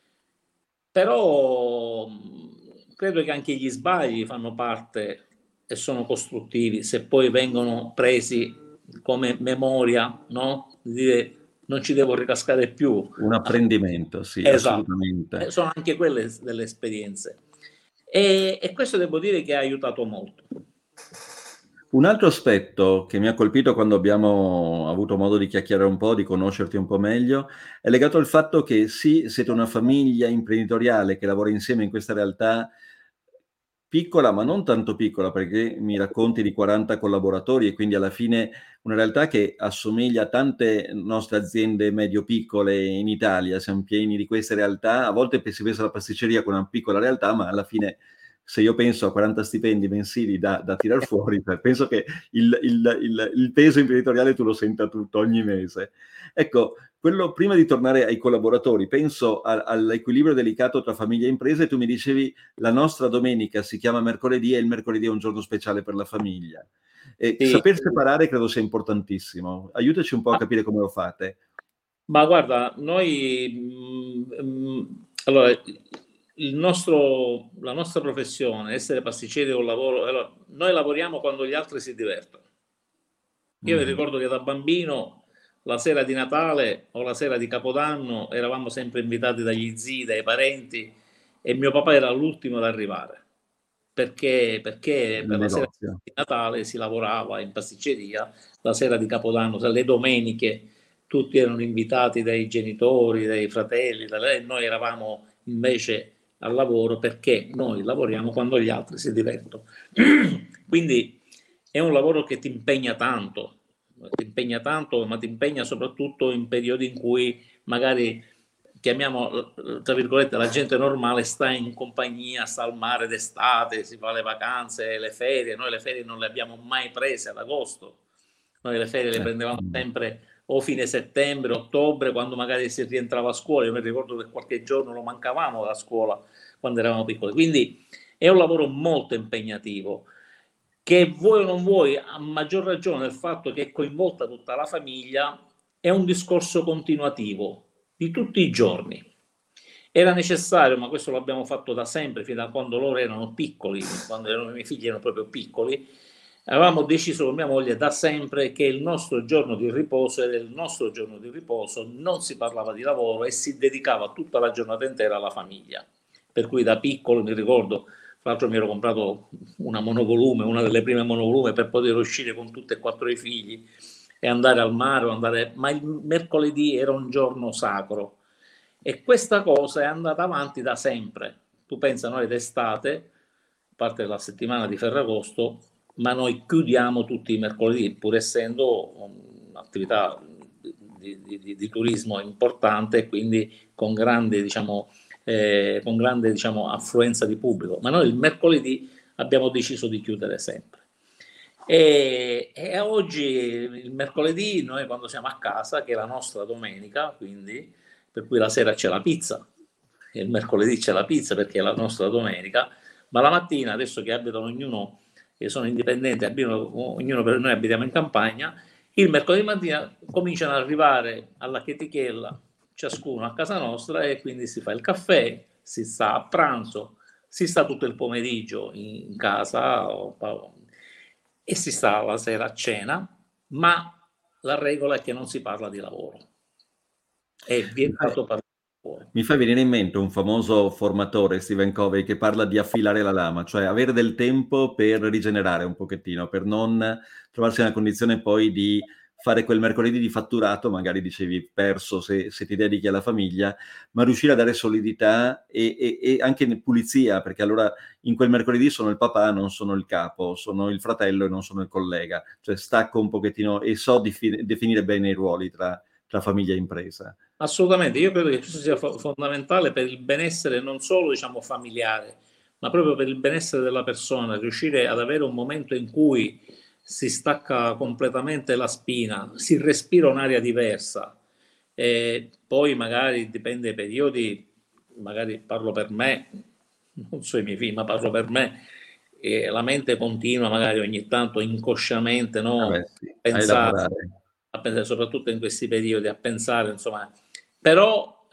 Però credo che anche gli sbagli fanno parte e sono costruttivi se poi vengono presi come memoria, no? Di dire non ci devo ricascare più. Un apprendimento, sì, Esatto, assolutamente. sono anche quelle delle esperienze. E, e questo devo dire che ha aiutato molto. Un altro aspetto che mi ha colpito quando abbiamo avuto modo di chiacchierare un po', di conoscerti un po' meglio, è legato al fatto che sì, siete una famiglia imprenditoriale che lavora insieme in questa realtà piccola, ma non tanto piccola, perché mi racconti di quaranta collaboratori e quindi alla fine una realtà che assomiglia a tante nostre aziende medio-piccole in Italia. Siamo pieni di queste realtà. A volte si pensa alla pasticceria come una piccola realtà, ma alla fine se io penso a quaranta stipendi mensili da, da tirar fuori, penso che il, il, il, il peso imprenditoriale tu lo senta tutto ogni mese. Ecco, quello prima di tornare ai collaboratori, penso a, all'equilibrio delicato tra famiglia e impresa, e tu mi dicevi la nostra domenica si chiama mercoledì e il mercoledì è un giorno speciale per la famiglia. E Sì. saper separare credo sia importantissimo. Aiutaci un po' a capire come lo fate. Ma guarda, noi mh, mh, allora il nostro, la nostra professione, essere pasticceri è un lavoro, allora, noi lavoriamo quando gli altri si divertono. Io mi Mh-mh. ricordo che da bambino la sera di Natale o la sera di Capodanno eravamo sempre invitati dagli zii, dai parenti, e mio papà era l'ultimo ad arrivare perché, perché Il per la sera negozio. di Natale si lavorava in pasticceria, la sera di Capodanno, le domeniche tutti erano invitati dai genitori, dai fratelli, e noi eravamo invece al lavoro perché noi lavoriamo quando gli altri si divertono. Quindi è un lavoro che ti impegna tanto, ti impegna tanto, ma ti impegna soprattutto in periodi in cui magari chiamiamo tra virgolette la gente normale sta in compagnia, sta al mare d'estate, si fa le vacanze, le ferie. Noi le ferie non le abbiamo mai prese ad agosto, noi le ferie le Eh, prendevamo mh. sempre o fine settembre, ottobre, quando magari si rientrava a scuola. Io mi ricordo che qualche giorno lo mancavamo da scuola quando eravamo piccoli, quindi è un lavoro molto impegnativo, che vuoi o non vuoi, a maggior ragione del fatto che è coinvolta tutta la famiglia, è un discorso continuativo di tutti i giorni. Era necessario, ma questo l'abbiamo fatto da sempre, fino a quando loro erano piccoli, quando erano, i miei figli erano proprio piccoli. Avevamo deciso con mia moglie da sempre che il nostro giorno di riposo era il nostro giorno di riposo, non si parlava di lavoro e si dedicava tutta la giornata intera alla famiglia. Per cui da piccolo mi ricordo, tra l'altro mi ero comprato una monovolume, una delle prime monovolume per poter uscire con tutti e quattro i figli e andare al mare, o andare... ma il mercoledì era un giorno sacro. E questa cosa è andata avanti da sempre. Tu pensa, noi d'estate, a parte la settimana di Ferragosto, ma noi chiudiamo tutti i mercoledì, pur essendo un'attività di, di, di, di turismo importante e quindi con grande, diciamo, eh, con grande diciamo, affluenza di pubblico. Ma noi il mercoledì abbiamo deciso di chiudere sempre. E, e oggi, il mercoledì, noi quando siamo a casa, che è la nostra domenica, quindi per cui la sera c'è la pizza, e il mercoledì c'è la pizza perché è la nostra domenica, ma la mattina, adesso che abitano ognuno, che sono indipendenti, abitano, ognuno per noi abitiamo in campagna, il mercoledì mattina cominciano ad arrivare alla chetichella, ciascuno a casa nostra, e quindi si fa il caffè, si sta a pranzo, si sta tutto il pomeriggio in casa e si sta la sera a cena, ma la regola è che non si parla di lavoro. È Mi fai vietato parlare di lavoro. mi fa venire in mente un famoso formatore, Stephen Covey, che parla di affilare la lama, cioè avere del tempo per rigenerare un pochettino, per non trovarsi nella condizione poi di fare quel mercoledì di fatturato, magari dicevi perso se se ti dedichi alla famiglia, ma riuscire a dare solidità e e e anche ne pulizia, perché allora in quel mercoledì sono il papà, non sono il capo, sono il fratello e non sono il collega. Cioè stacco un pochettino e so defi definire bene i ruoli tra tra famiglia e impresa. Assolutamente, io credo che questo sia fo fondamentale per il benessere non solo, diciamo, familiare, ma proprio per il benessere della persona, riuscire ad avere un momento in cui si stacca completamente la spina, si respira un'aria diversa, e poi magari dipende dai periodi, magari parlo per me, non so i miei figli, ma parlo per me, e la mente continua magari ogni tanto inconsciamente, Ah beh no, sì, a a pensare, elaborare. a pensare soprattutto in questi periodi, a pensare, insomma, però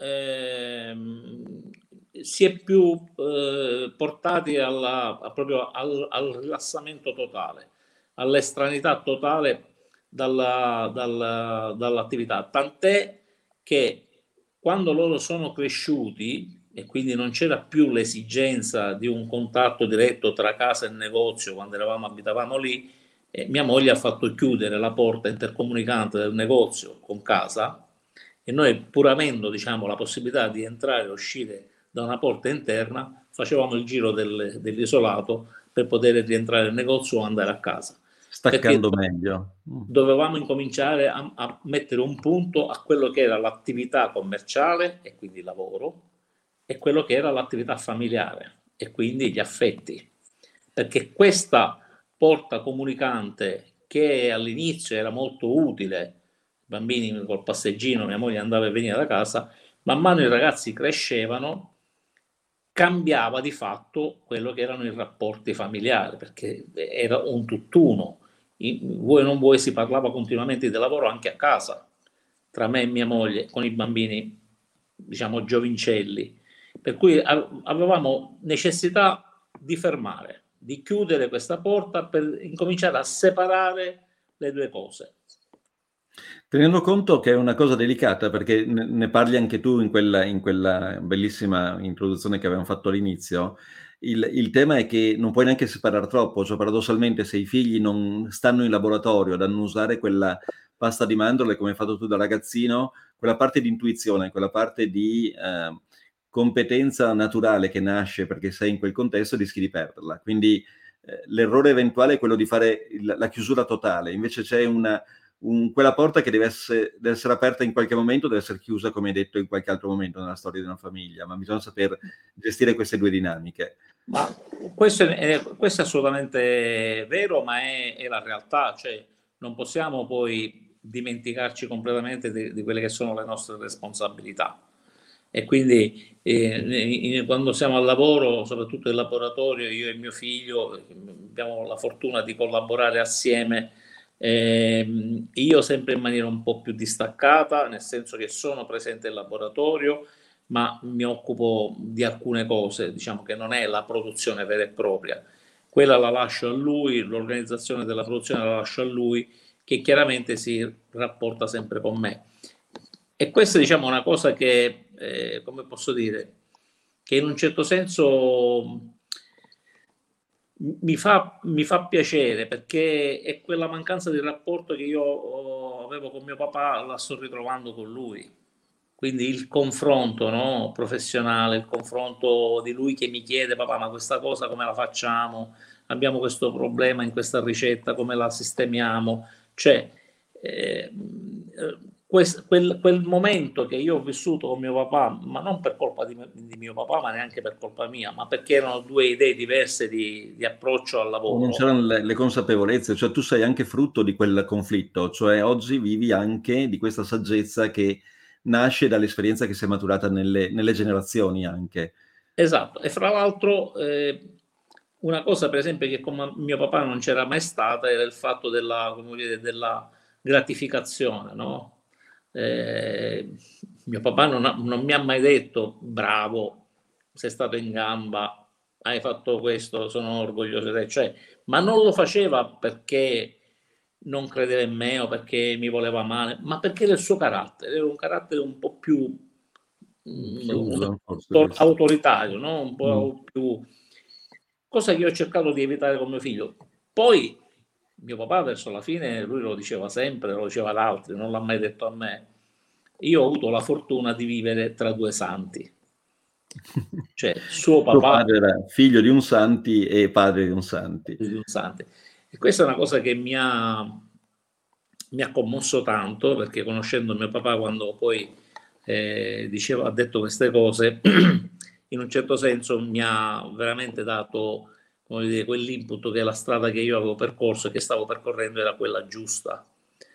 ehm, si è più eh, portati alla, a proprio al, al rilassamento totale, all'estranità totale dalla, dalla, dall'attività, tant'è che quando loro sono cresciuti e quindi non c'era più l'esigenza di un contatto diretto tra casa e negozio quando eravamo, abitavamo lì, eh, mia moglie ha fatto chiudere la porta intercomunicante del negozio con casa, e noi, pur avendo, diciamo, la possibilità di entrare e uscire da una porta interna, facevamo il giro del, dell'isolato per poter rientrare nel negozio o andare a casa, perché Staccando meglio. Mh. dovevamo incominciare a, a mettere un punto a quello che era l'attività commerciale e quindi il lavoro, e quello che era l'attività familiare e quindi gli affetti, perché questa porta comunicante, che all'inizio era molto utile, i bambini col passeggino, mia moglie andava e veniva da casa, man mano i ragazzi crescevano, cambiava di fatto quello che erano i rapporti familiari, perché era un tutt'uno. Vuoi o non vuoi, si parlava continuamente di lavoro anche a casa, tra me e mia moglie, con i bambini, diciamo, giovincelli. Per cui avevamo necessità di fermare, di chiudere questa porta per incominciare a separare le due cose. Tenendo conto che è una cosa delicata, perché ne ne parli anche tu in quella in quella bellissima introduzione che avevamo fatto all'inizio, il il tema è che non puoi neanche separar troppo, cioè paradossalmente se i figli non stanno in laboratorio ad annusare quella pasta di mandorle come hai fatto tu da ragazzino, quella parte di intuizione, quella parte di, ehm, competenza naturale che nasce perché sei in quel contesto, rischi di perderla. Quindi, ehm, l'errore eventuale è quello di fare il la chiusura totale, invece c'è una un quella porta che deve esse deve essere aperta in qualche momento, deve essere chiusa, come hai detto, in qualche altro momento nella storia di una famiglia, ma bisogna saper gestire queste due dinamiche. Ma questo è questo è assolutamente vero, ma è è la realtà, cioè non possiamo poi dimenticarci completamente di di quelle che sono le nostre responsabilità. E quindi, ehm, i quando siamo al lavoro, soprattutto in laboratorio, io e mio figlio, abbiamo la fortuna di collaborare assieme, ehm, io sempre in maniera un po' più distaccata, nel senso che sono presente in laboratorio, ma mi occupo di alcune cose, diciamo che non è la produzione vera e propria. Quella la lascio a lui, l'organizzazione della produzione la lascio a lui, che chiaramente si rapporta sempre con me. E questa diciamo è una cosa che, eh, come posso dire, che in un certo senso mi fa, mi fa piacere, perché è quella mancanza di rapporto che io oh, avevo con mio papà, la sto ritrovando con lui. Quindi il confronto, no, professionale, il confronto di lui che mi chiede: papà, ma questa cosa come la facciamo? Abbiamo questo problema in questa ricetta, come la sistemiamo? Cioè, eh, quel, quel, quel momento che io ho vissuto con mio papà, ma non per colpa di, di mio papà, ma neanche per colpa mia, ma perché erano due idee diverse di, di approccio al Non lavoro. c'erano le le consapevolezze, cioè tu sei anche frutto di quel conflitto, cioè oggi vivi anche di questa saggezza che nasce dall'esperienza che si è maturata nelle nelle generazioni anche. Esatto, e fra l'altro eh, una cosa per esempio che con mio papà non c'era mai stata era il fatto della, come dire, della gratificazione, no? Eh, mio papà non, ha- non mi ha mai detto bravo, sei stato in gamba, hai fatto questo, sono orgoglioso di te, cioè, ma non lo faceva perché non credeva in me o perché mi voleva male, ma perché era il suo carattere, era un carattere un po' più mm, Chiuso, forse questo. autoritario, no? Un Mh. po' più... Cosa che io ho cercato di evitare con mio figlio. Poi mio papà verso la fine, lui lo diceva sempre, lo diceva ad altri, non l'ha mai detto a me. Io ho avuto la fortuna di vivere tra due santi, cioè suo Tuo papà padre era figlio di un Santi e padre di un Santi. di un santo. E questa è una cosa che mi ha, mi ha commosso tanto, perché conoscendo mio papà, quando poi eh, diceva, ha detto queste cose, in un certo senso mi ha veramente dato, come dire, quell'input che la strada che io avevo percorso e che stavo percorrendo era quella giusta.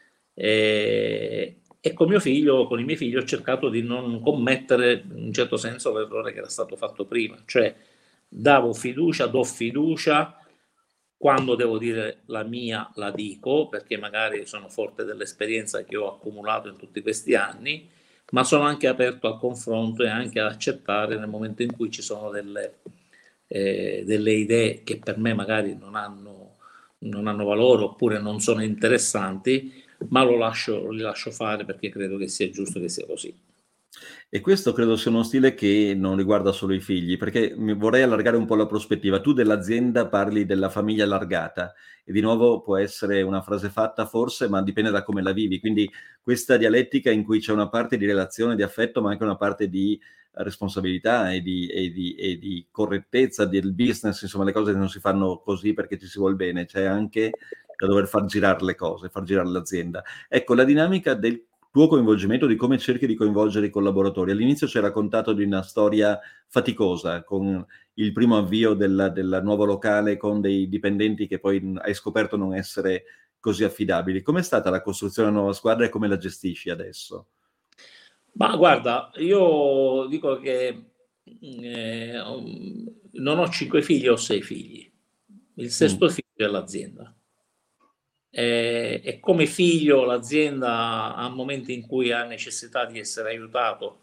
E, e con mio figlio, con i miei figli, ho cercato di non commettere in un certo senso l'errore che era stato fatto prima, cioè davo fiducia, do fiducia, quando devo dire la mia la dico, perché magari sono forte dell'esperienza che ho accumulato in tutti questi anni, ma sono anche aperto al confronto e anche ad accettare nel momento in cui ci sono delle, eh, delle idee che per me magari non hanno, non hanno valore oppure non sono interessanti, ma lo lascio, li lascio fare perché credo che sia giusto che sia così. E questo credo sia uno stile che non riguarda solo i figli, perché mi vorrei allargare un po' la prospettiva. Tu dell'azienda parli della famiglia allargata e di nuovo può essere una frase fatta forse, ma dipende da come la vivi. Quindi questa dialettica in cui c'è una parte di relazione, di affetto, ma anche una parte di responsabilità e di, e di, e di correttezza del business, insomma le cose non si fanno così perché ci si vuol bene, c'è anche da dover far girare le cose, far girare l'azienda. Ecco, la dinamica del tuo coinvolgimento, di come cerchi di coinvolgere i collaboratori. All'inizio ci hai raccontato di una storia faticosa, con il primo avvio del del nuovo locale, con dei dipendenti che poi, mhmm, hai scoperto non essere così affidabili. Com'è stata la costruzione della nuova squadra e come la gestisci adesso? Ma guarda, io dico che mh, eh, ho- non ho cinque figli, ho sei figli. Il Mh. sesto figlio è l'azienda. E, e come figlio l'azienda ha momenti in cui ha necessità di essere aiutato,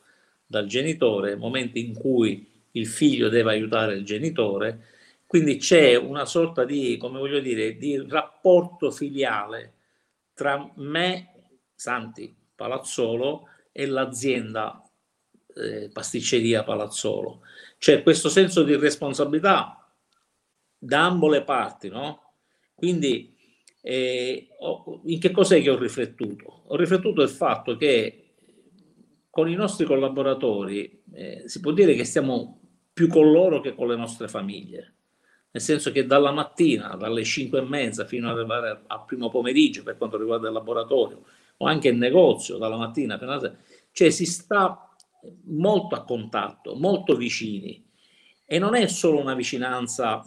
dal genitore, momenti in cui il figlio deve aiutare il genitore, quindi c'è una sorta di, come voglio dire, di rapporto filiale tra me, Santi Palazzolo, e l'azienda eh, pasticceria Palazzolo. C'è questo senso di responsabilità da ambo le parti, no? Quindi eh, ho, in che cos'è che ho riflettuto? Ho riflettuto il fatto che con i nostri collaboratori eh, si può dire che stiamo più con loro che con le nostre famiglie, nel senso che dalla mattina, dalle cinque e mezza fino ad arrivare al primo pomeriggio per quanto riguarda il laboratorio, o anche il negozio, dalla mattina fino alla sera, cioè si sta molto a contatto, molto vicini, e non è solo una vicinanza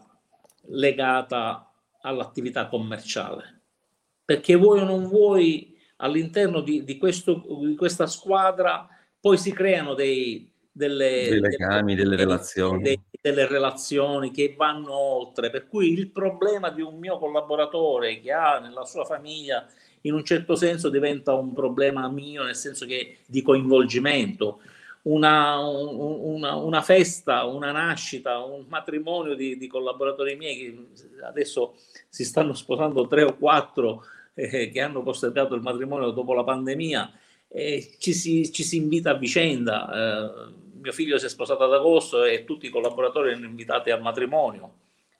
legata all'attività commerciale, perché vuoi o non vuoi all'interno di, di, questo, di questa squadra poi si creano dei, dei delle, legami, delle delle, relazioni. dei, delle relazioni che vanno oltre, per cui il problema di un mio collaboratore che ha nella sua famiglia in un certo senso diventa un problema mio, nel senso che di coinvolgimento. Una, una, una festa, una nascita, un matrimonio di, di collaboratori miei che adesso si stanno sposando tre o quattro eh, che hanno postergato il matrimonio dopo la pandemia, eh, ci, si, ci si invita a vicenda. Eh, mio figlio si è sposato ad agosto e tutti i collaboratori erano invitati al matrimonio.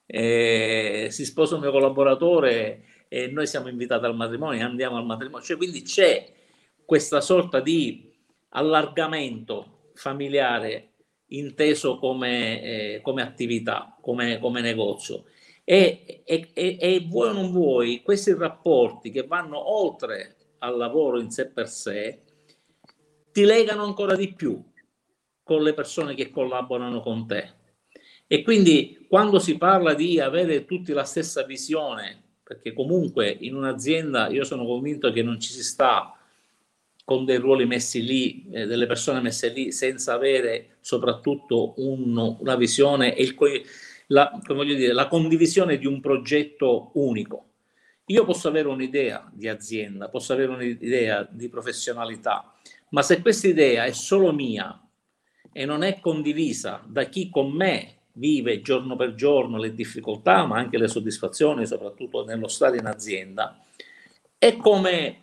Eh, si sposa un mio collaboratore e noi siamo invitati al matrimonio e andiamo al matrimonio. Cioè, quindi c'è questa sorta di allargamento familiare inteso come, eh, come attività, come, come negozio. E, e, e, e vuoi o non vuoi, questi rapporti che vanno oltre al lavoro in sé per sé ti legano ancora di più con le persone che collaborano con te. E quindi quando si parla di avere tutti la stessa visione, perché comunque in un'azienda io sono convinto che non ci si sta con dei ruoli messi lì, eh, delle persone messe lì senza avere soprattutto un, una visione e il, la, come voglio dire, la condivisione di un progetto unico. Io posso avere un'idea di azienda, posso avere un'idea di professionalità, ma se questa idea è solo mia e non è condivisa da chi con me vive giorno per giorno le difficoltà, ma anche le soddisfazioni, soprattutto nello stare in azienda, è come,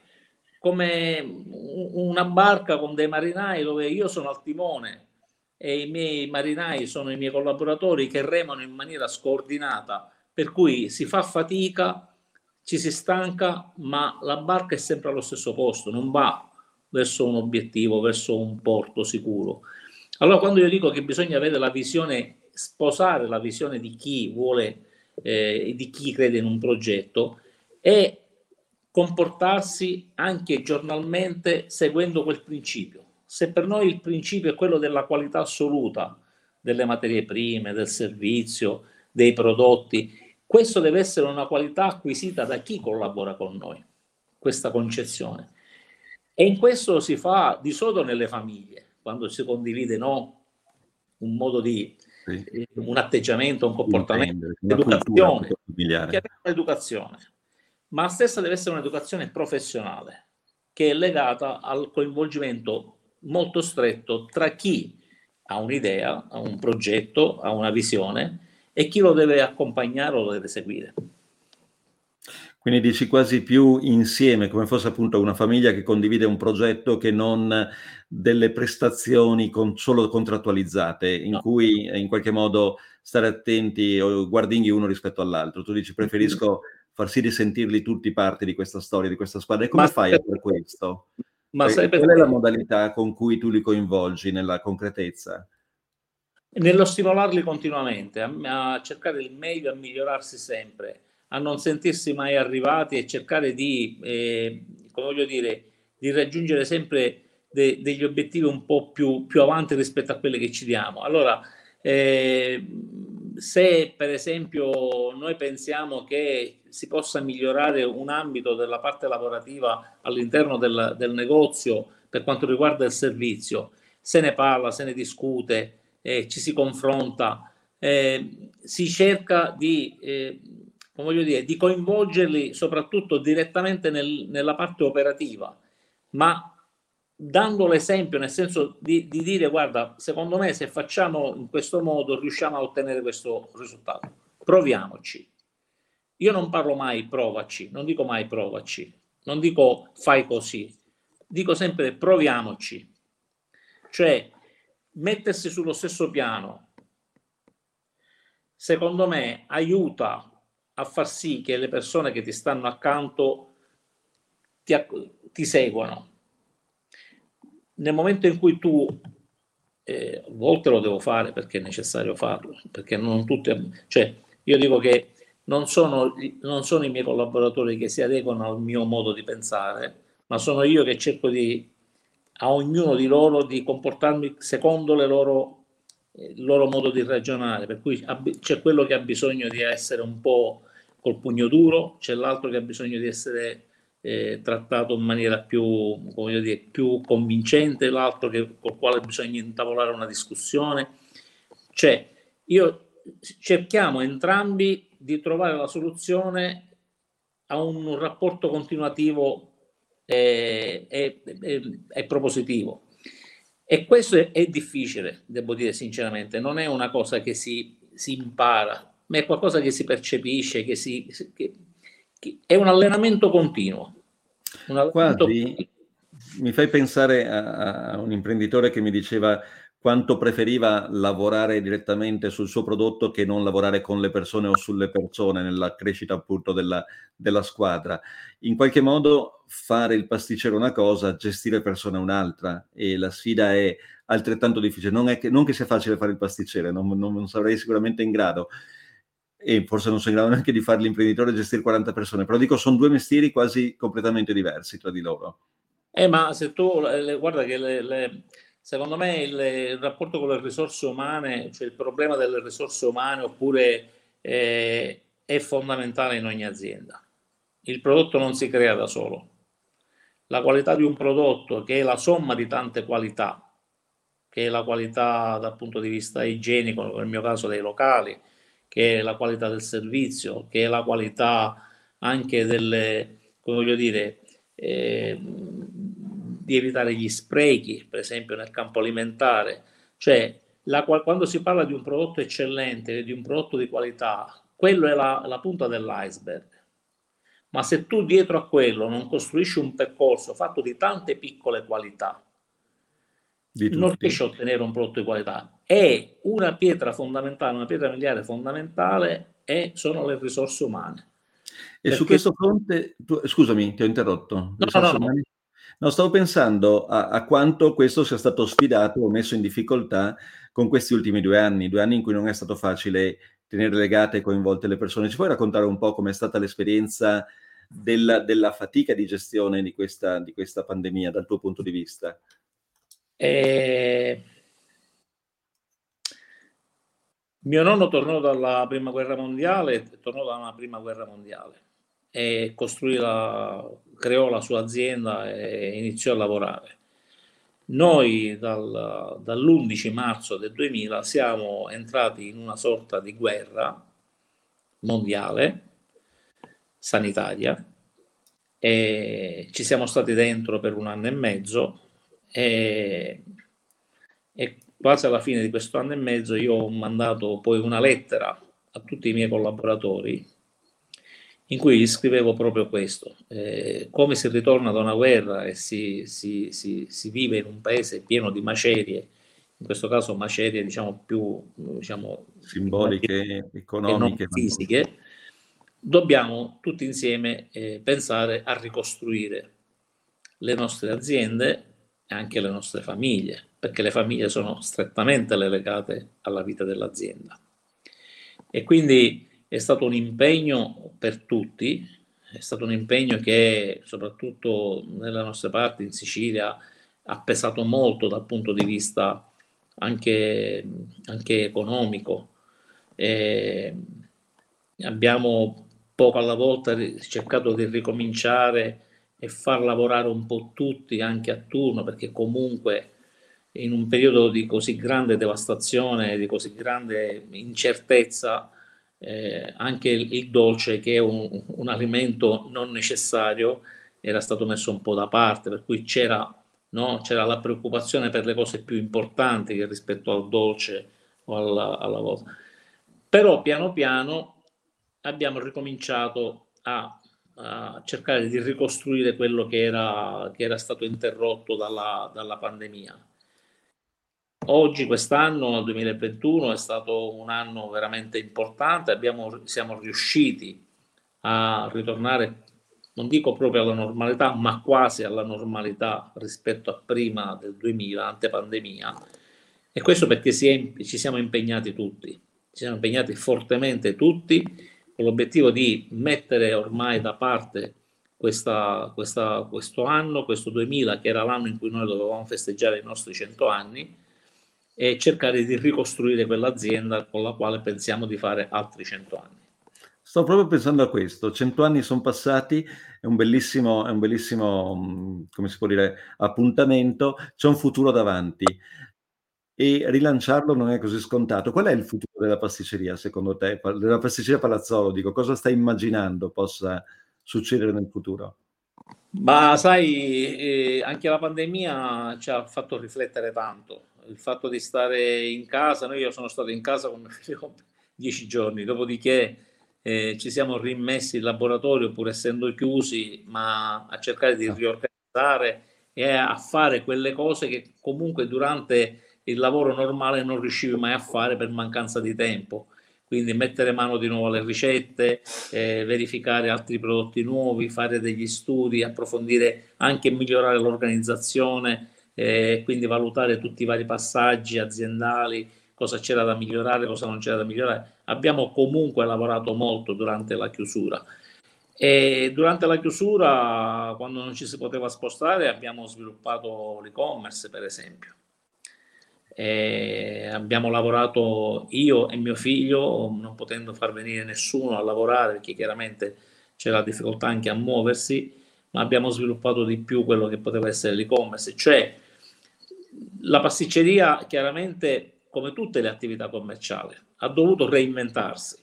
come una barca con dei marinai dove io sono al timone e i miei marinai sono i miei collaboratori che remano in maniera scordinata, per cui si fa fatica, ci si stanca, ma la barca è sempre allo stesso posto, non va verso un obiettivo, verso un porto sicuro. Allora, quando io dico che bisogna avere la visione, sposare la visione di chi vuole, eh, di chi crede in un progetto, e comportarsi anche giornalmente seguendo quel principio. Se per noi il principio è quello della qualità assoluta delle materie prime, del servizio, dei prodotti, questo deve essere una qualità acquisita da chi collabora con noi, questa concezione. E in questo si fa di solito nelle famiglie, quando si condivide, no, un modo di, Sì. eh, un atteggiamento, un comportamento, una cultura educazione, familiare. educazione. Ma la stessa deve essere un'educazione professionale, che è legata al coinvolgimento molto stretto tra chi ha un'idea, ha un progetto, ha una visione e chi lo deve accompagnare o lo deve seguire. Quindi dici quasi più insieme, come fosse appunto una famiglia che condivide un progetto che non delle prestazioni con, solo contrattualizzate, in No. cui in qualche modo stare attenti o guardinghi uno rispetto all'altro. Tu dici preferisco far sì di sentirli tutti parte di questa storia, di questa squadra. E come Ma fai a fare questo? Ma sai Cioè, qual è perché? la modalità con cui tu li coinvolgi nella concretezza? Nello stimolarli continuamente, a, a cercare il meglio, a migliorarsi sempre, a non sentirsi mai arrivati e cercare di, eh, come voglio dire, di raggiungere sempre de, degli obiettivi un po' più, più avanti rispetto a quelli che ci diamo. Allora, eh, se per esempio noi pensiamo che si possa migliorare un ambito della parte lavorativa all'interno del, del negozio per quanto riguarda il servizio, se ne parla, se ne discute, eh, ci si confronta, eh, si cerca di, eh, come voglio dire, di coinvolgerli soprattutto direttamente nel, nella parte operativa, ma dando l'esempio, nel senso di, di dire guarda, secondo me se facciamo in questo modo riusciamo a ottenere questo risultato, proviamoci. Io non parlo mai provaci, non dico mai provaci, non dico fai così, dico sempre proviamoci, cioè mettersi sullo stesso piano, secondo me aiuta a far sì che le persone che ti stanno accanto ti, ti seguano. Nel momento in cui tu, eh, a volte lo devo fare perché è necessario farlo, perché non tutti, cioè io dico che non sono, non sono i miei collaboratori che si adeguano al mio modo di pensare, ma sono io che cerco di, a ognuno di loro di comportarmi secondo le loro, il loro modo di ragionare, per cui c'è quello che ha bisogno di essere un po' col pugno duro, c'è l'altro che ha bisogno di essere Eh, trattato in maniera più, come dire, più convincente, l'altro che, col quale bisogna intavolare una discussione. Cioè, io cerchiamo entrambi di trovare la soluzione a un rapporto continuativo e, e, e, e propositivo. E questo è, è difficile, devo dire sinceramente, non è una cosa che si, si impara, ma è qualcosa che si percepisce, che si, che, che è un allenamento continuo. Un allenamento Quasi continuo. mi fai pensare a, a un imprenditore che mi diceva quanto preferiva lavorare direttamente sul suo prodotto che non lavorare con le persone o sulle persone nella crescita appunto della, della squadra. In qualche modo fare il pasticcere è una cosa, gestire persone è un'altra, e la sfida è altrettanto difficile. Non è che, non che sia facile fare il pasticcere, non, non, non sarei sicuramente in grado, e forse non sono in grado neanche di fare l'imprenditore e gestire quaranta persone, però dico sono due mestieri quasi completamente diversi tra di loro. Eh, ma se tu, le, guarda che le, le, secondo me il, il, rapporto con le risorse umane, cioè il problema delle risorse umane oppure eh, è fondamentale in ogni azienda. Il prodotto non si crea da solo. La qualità di un prodotto, che è la somma di tante qualità, che è la qualità dal punto di vista igienico, nel mio caso dei locali, che è la qualità del servizio, che è la qualità anche delle, come voglio dire, eh, di evitare gli sprechi, per esempio nel campo alimentare. Cioè, la, quando si parla di un prodotto eccellente, di un prodotto di qualità, quello è la, la punta dell'iceberg. Ma se tu dietro a quello non costruisci un percorso fatto di tante piccole qualità, Di non tutti. riesci a ottenere un prodotto di qualità. E una pietra fondamentale, una pietra miliare fondamentale è, sono le risorse umane. E su Perché questo fronte, tu, scusami, ti ho interrotto, no, no, risorse no. umane? No, stavo pensando a, a quanto questo sia stato sfidato o messo in difficoltà con questi ultimi due anni, due anni in cui non è stato facile tenere legate e coinvolte le persone. Ci puoi raccontare un po' com'è stata l'esperienza della, della fatica di gestione di questa, di questa pandemia dal tuo punto di vista? Eh, mio nonno tornò dalla prima guerra mondiale, tornò da una prima guerra mondiale e costruì la, creò la sua azienda e iniziò a lavorare. Noi dal, dall'undici marzo del duemila siamo entrati in una sorta di guerra mondiale sanitaria e ci siamo stati dentro per un anno e mezzo e, e quasi alla fine di questo anno e mezzo io ho mandato poi una lettera a tutti i miei collaboratori in cui gli scrivevo proprio questo, eh, come si ritorna da una guerra e si, si, si, si vive in un paese pieno di macerie, in questo caso macerie diciamo più diciamo, Simboliche, e non economiche. fisiche, dobbiamo tutti insieme eh, pensare a ricostruire le nostre aziende e anche le nostre famiglie, perché le famiglie sono strettamente legate alla vita dell'azienda. E quindi è stato un impegno per tutti, è stato un impegno che soprattutto nelle nostre parti, in Sicilia, ha pesato molto dal punto di vista anche, anche economico. E abbiamo poco alla volta cercato di ricominciare e far lavorare un po' tutti anche a turno, perché comunque in un periodo di così grande devastazione, di così grande incertezza, eh, anche il, il dolce, che è un, un alimento non necessario, era stato messo un po' da parte, per cui c'era no? C'era la preoccupazione per le cose più importanti che rispetto al dolce o alla, alla cosa. Però piano piano abbiamo ricominciato a, a cercare di ricostruire quello che era, che era stato interrotto dalla, dalla pandemia. Oggi, quest'anno, il duemilaventuno, è stato un anno veramente importante, abbiamo, siamo riusciti a ritornare, non dico proprio alla normalità, ma quasi alla normalità rispetto a prima del duemila, ante pandemia. E questo perché si è, ci siamo impegnati tutti, ci siamo impegnati fortemente tutti con l'obiettivo di mettere ormai da parte questa, questa, questo anno, questo duemila, che era l'anno in cui noi dovevamo festeggiare i nostri cento anni, e cercare di ricostruire quell'azienda con la quale pensiamo di fare altri cento anni. Sto proprio pensando a questo, cento anni son passati, è un bellissimo è un bellissimo, mhmm, come si può dire, appuntamento, c'è un futuro davanti e rilanciarlo non è così scontato. Qual è il futuro della pasticceria secondo te? Pa della pasticceria Palazzolo dico, cosa stai immaginando possa succedere nel futuro? Ma sai, eh, anche la pandemia ci ha fatto riflettere tanto. Il fatto di stare in casa, noi io sono stato in casa con mio figlio dieci giorni, dopodiché eh, ci siamo rimessi in laboratorio pur essendo chiusi, ma a cercare di Ah, riorganizzare e a fare quelle cose che comunque durante il lavoro normale non riuscivi mai a fare per mancanza di tempo. Quindi mettere mano di nuovo alle ricette, eh, verificare altri prodotti nuovi, fare degli studi, approfondire anche e migliorare l'organizzazione, eh, quindi valutare tutti i vari passaggi aziendali, cosa c'era da migliorare, cosa non c'era da migliorare. Abbiamo comunque lavorato molto durante la chiusura. E durante la chiusura, quando non ci si poteva spostare, abbiamo sviluppato l'e-commerce, per esempio. E abbiamo lavorato io e mio figlio, non potendo far venire nessuno a lavorare perché chiaramente c'era difficoltà anche a muoversi, ma abbiamo sviluppato di più quello che poteva essere l'e-commerce, cioè la pasticceria chiaramente, come tutte le attività commerciali, ha dovuto reinventarsi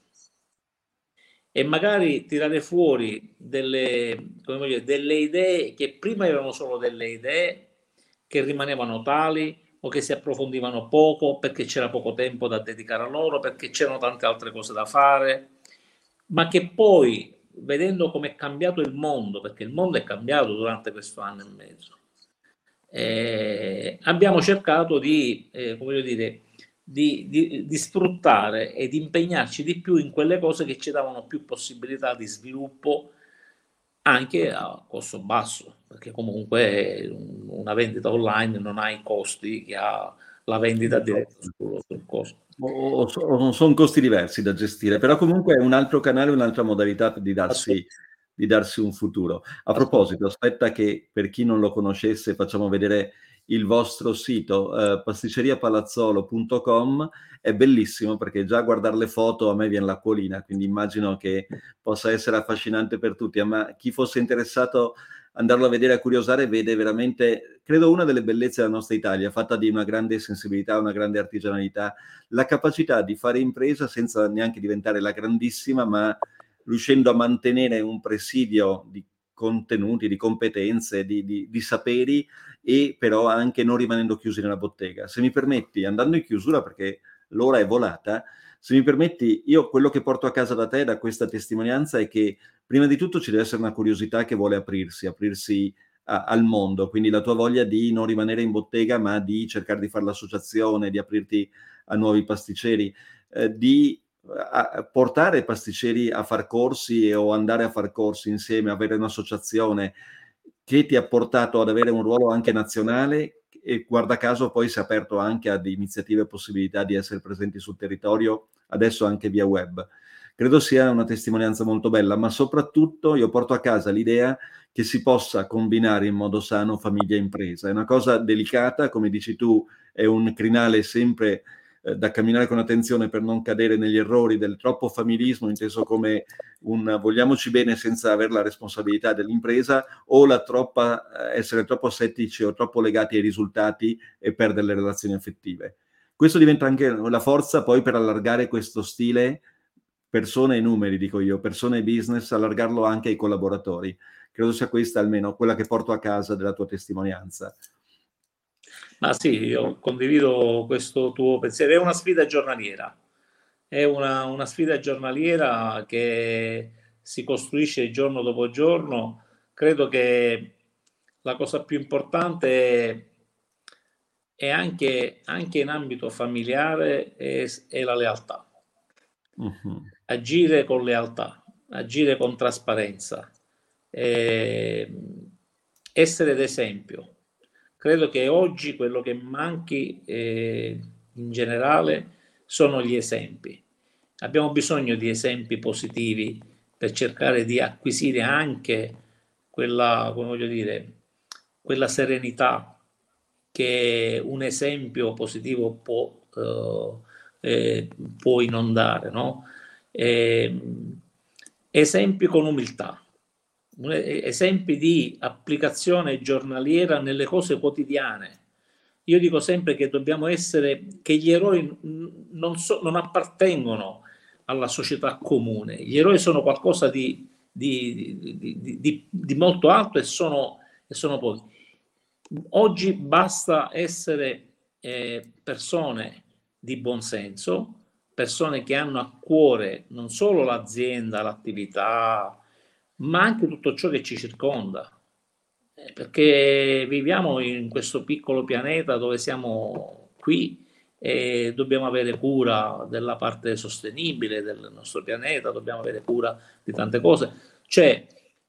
e magari tirare fuori delle, come dire, delle idee che prima erano solo delle idee, che rimanevano tali o che si approfondivano poco perché c'era poco tempo da dedicare a loro, perché c'erano tante altre cose da fare, ma che poi, vedendo come è cambiato il mondo, perché il mondo è cambiato durante questo anno e mezzo, eh, abbiamo cercato di, eh, come dire, di, di, di sfruttare e di impegnarci di più in quelle cose che ci davano più possibilità di sviluppo anche a costo basso, perché comunque una vendita online non ha i costi che ha la vendita diretta sul, sul costo. O o so o son costi diversi da gestire, però comunque è un altro canale, un'altra modalità di darsi di darsi un futuro. A proposito, Assolutamente. aspetta che per chi non lo conoscesse facciamo vedere il vostro sito, ehm, pasticceria palazzolo punto com, è bellissimo perché già a guardar le foto a me vien l'acquolina, quindi immagino che possa essere affascinante per tutti. A ma chi fosse interessato andarlo a vedere, a curiosare, vede veramente, credo, una delle bellezze della nostra Italia, fatta di una grande sensibilità, una grande artigianalità, la capacità di fare impresa senza neanche diventare la grandissima, ma riuscendo a mantenere un presidio di contenuti, di competenze, di di di saperi e però anche non rimanendo chiusi nella bottega. Se mi permetti, andando in chiusura perché l'ora è volata, se mi permetti, io quello che porto a casa da te, da questa testimonianza, è che prima di tutto ci deve essere una curiosità che vuole aprirsi, aprirsi a al mondo, quindi la tua voglia di non rimanere in bottega, ma di cercare di far l'associazione, di aprirti a nuovi pasticceri, ehm, di a a portare pasticceri a far corsi o andare a far corsi insieme, avere un'associazione che ti ha portato ad avere un ruolo anche nazionale e guarda caso poi si è aperto anche ad iniziative e possibilità di essere presenti sul territorio, adesso anche via web. Credo sia una testimonianza molto bella, ma soprattutto io porto a casa l'idea che si possa combinare in modo sano famiglia e impresa. È una cosa delicata, come dici tu, è un crinale sempre eh, da camminare con attenzione per non cadere negli errori del troppo familismo, inteso come un vogliamoci bene senza aver la responsabilità dell'impresa, o la troppa, eh, essere troppo asettici o troppo legati ai risultati e perdere le relazioni affettive. Questo diventa anche la forza poi per allargare questo stile persone e numeri, dico io, persone e business, allargarlo anche ai collaboratori. Credo sia questa almeno quella che porto a casa della tua testimonianza. Ma sì, io condivido questo tuo pensiero. È una sfida giornaliera, è una, una sfida giornaliera che si costruisce giorno dopo giorno. Credo che la cosa più importante è, è anche, anche in ambito familiare è, è la lealtà. Mhm. Agire con lealtà, agire con trasparenza, eh, essere d'esempio. Credo che oggi quello che manchi eh, in generale sono gli esempi. Abbiamo bisogno di esempi positivi per cercare di acquisire anche quella, come voglio dire, quella serenità che un esempio positivo può, eh, eh, può inondare, no? Eh, esempi con umiltà, esempi di applicazione giornaliera nelle cose quotidiane. Io dico sempre che dobbiamo essere, che gli eroi non, so, non appartengono alla società comune, gli eroi sono qualcosa di, di, di, di, di molto alto e sono, e sono pochi. Oggi basta essere eh, persone di buon senso, persone che hanno a cuore non solo l'azienda, l'attività, ma anche tutto ciò che ci circonda. Eh, perché viviamo in questo piccolo pianeta dove siamo qui e dobbiamo avere cura della parte sostenibile del nostro pianeta, dobbiamo avere cura di tante cose. Cioè,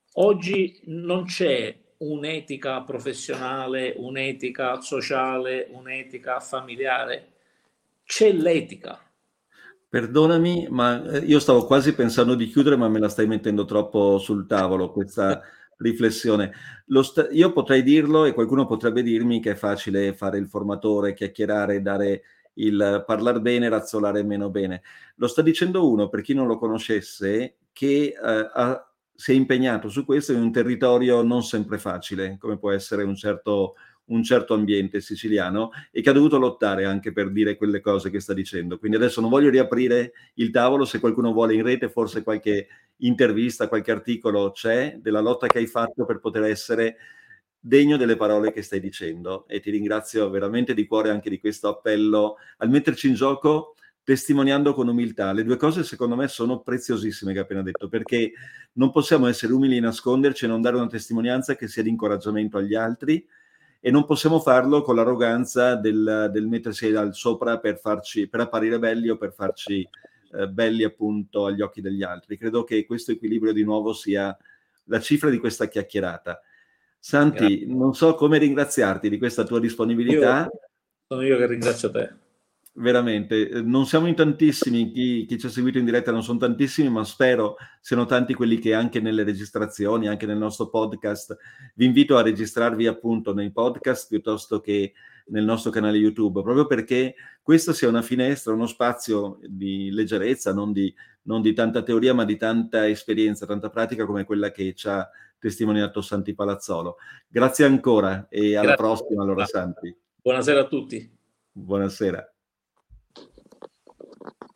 oggi non c'è un'etica professionale, un'etica sociale, un'etica familiare, c'è l'etica. Perdonami, ma eh, io stavo quasi pensando di chiudere, ma me la stai mettendo troppo sul tavolo questa riflessione. Lo sta- io potrei dirlo e qualcuno potrebbe dirmi che è facile fare il formatore, chiacchierare, dare il parlar bene, razzolare meno bene. Lo sta dicendo uno, per chi non lo conoscesse, che eh, ha- si è impegnato su questo in un territorio non sempre facile, come può essere un certo un certo ambiente siciliano e che ha dovuto lottare anche per dire quelle cose che sta dicendo. Quindi adesso non voglio riaprire il tavolo, se qualcuno vuole in rete forse qualche intervista, qualche articolo c'è della lotta che hai fatto per poter essere degno delle parole che stai dicendo e ti ringrazio veramente di cuore anche di questo appello al metterci in gioco testimoniando con umiltà. Le due cose secondo me sono preziosissime che hai appena detto, perché non possiamo essere umili e nasconderci e non dare una testimonianza che sia di incoraggiamento agli altri e non possiamo farlo con l'arroganza del, del mettersi al sopra per, farci, per apparire belli o per farci eh, belli appunto agli occhi degli altri. Credo che questo equilibrio di nuovo sia la cifra di questa chiacchierata. Santi, Grazie. non so come ringraziarti di questa tua Io, disponibilità. sono io che ringrazio te. Veramente, non siamo in tantissimi, chi, chi ci ha seguito in diretta non sono tantissimi, ma spero siano tanti quelli che anche nelle registrazioni, anche nel nostro podcast, vi invito a registrarvi appunto nei podcast piuttosto che nel nostro canale YouTube, proprio perché questa sia una finestra, uno spazio di leggerezza, non di, non di tanta teoria, ma di tanta esperienza, tanta pratica come quella che ci ha testimoniato Santi Palazzolo. Grazie ancora e alla Grazie. prossima allora Santi. Buonasera a tutti. Buonasera.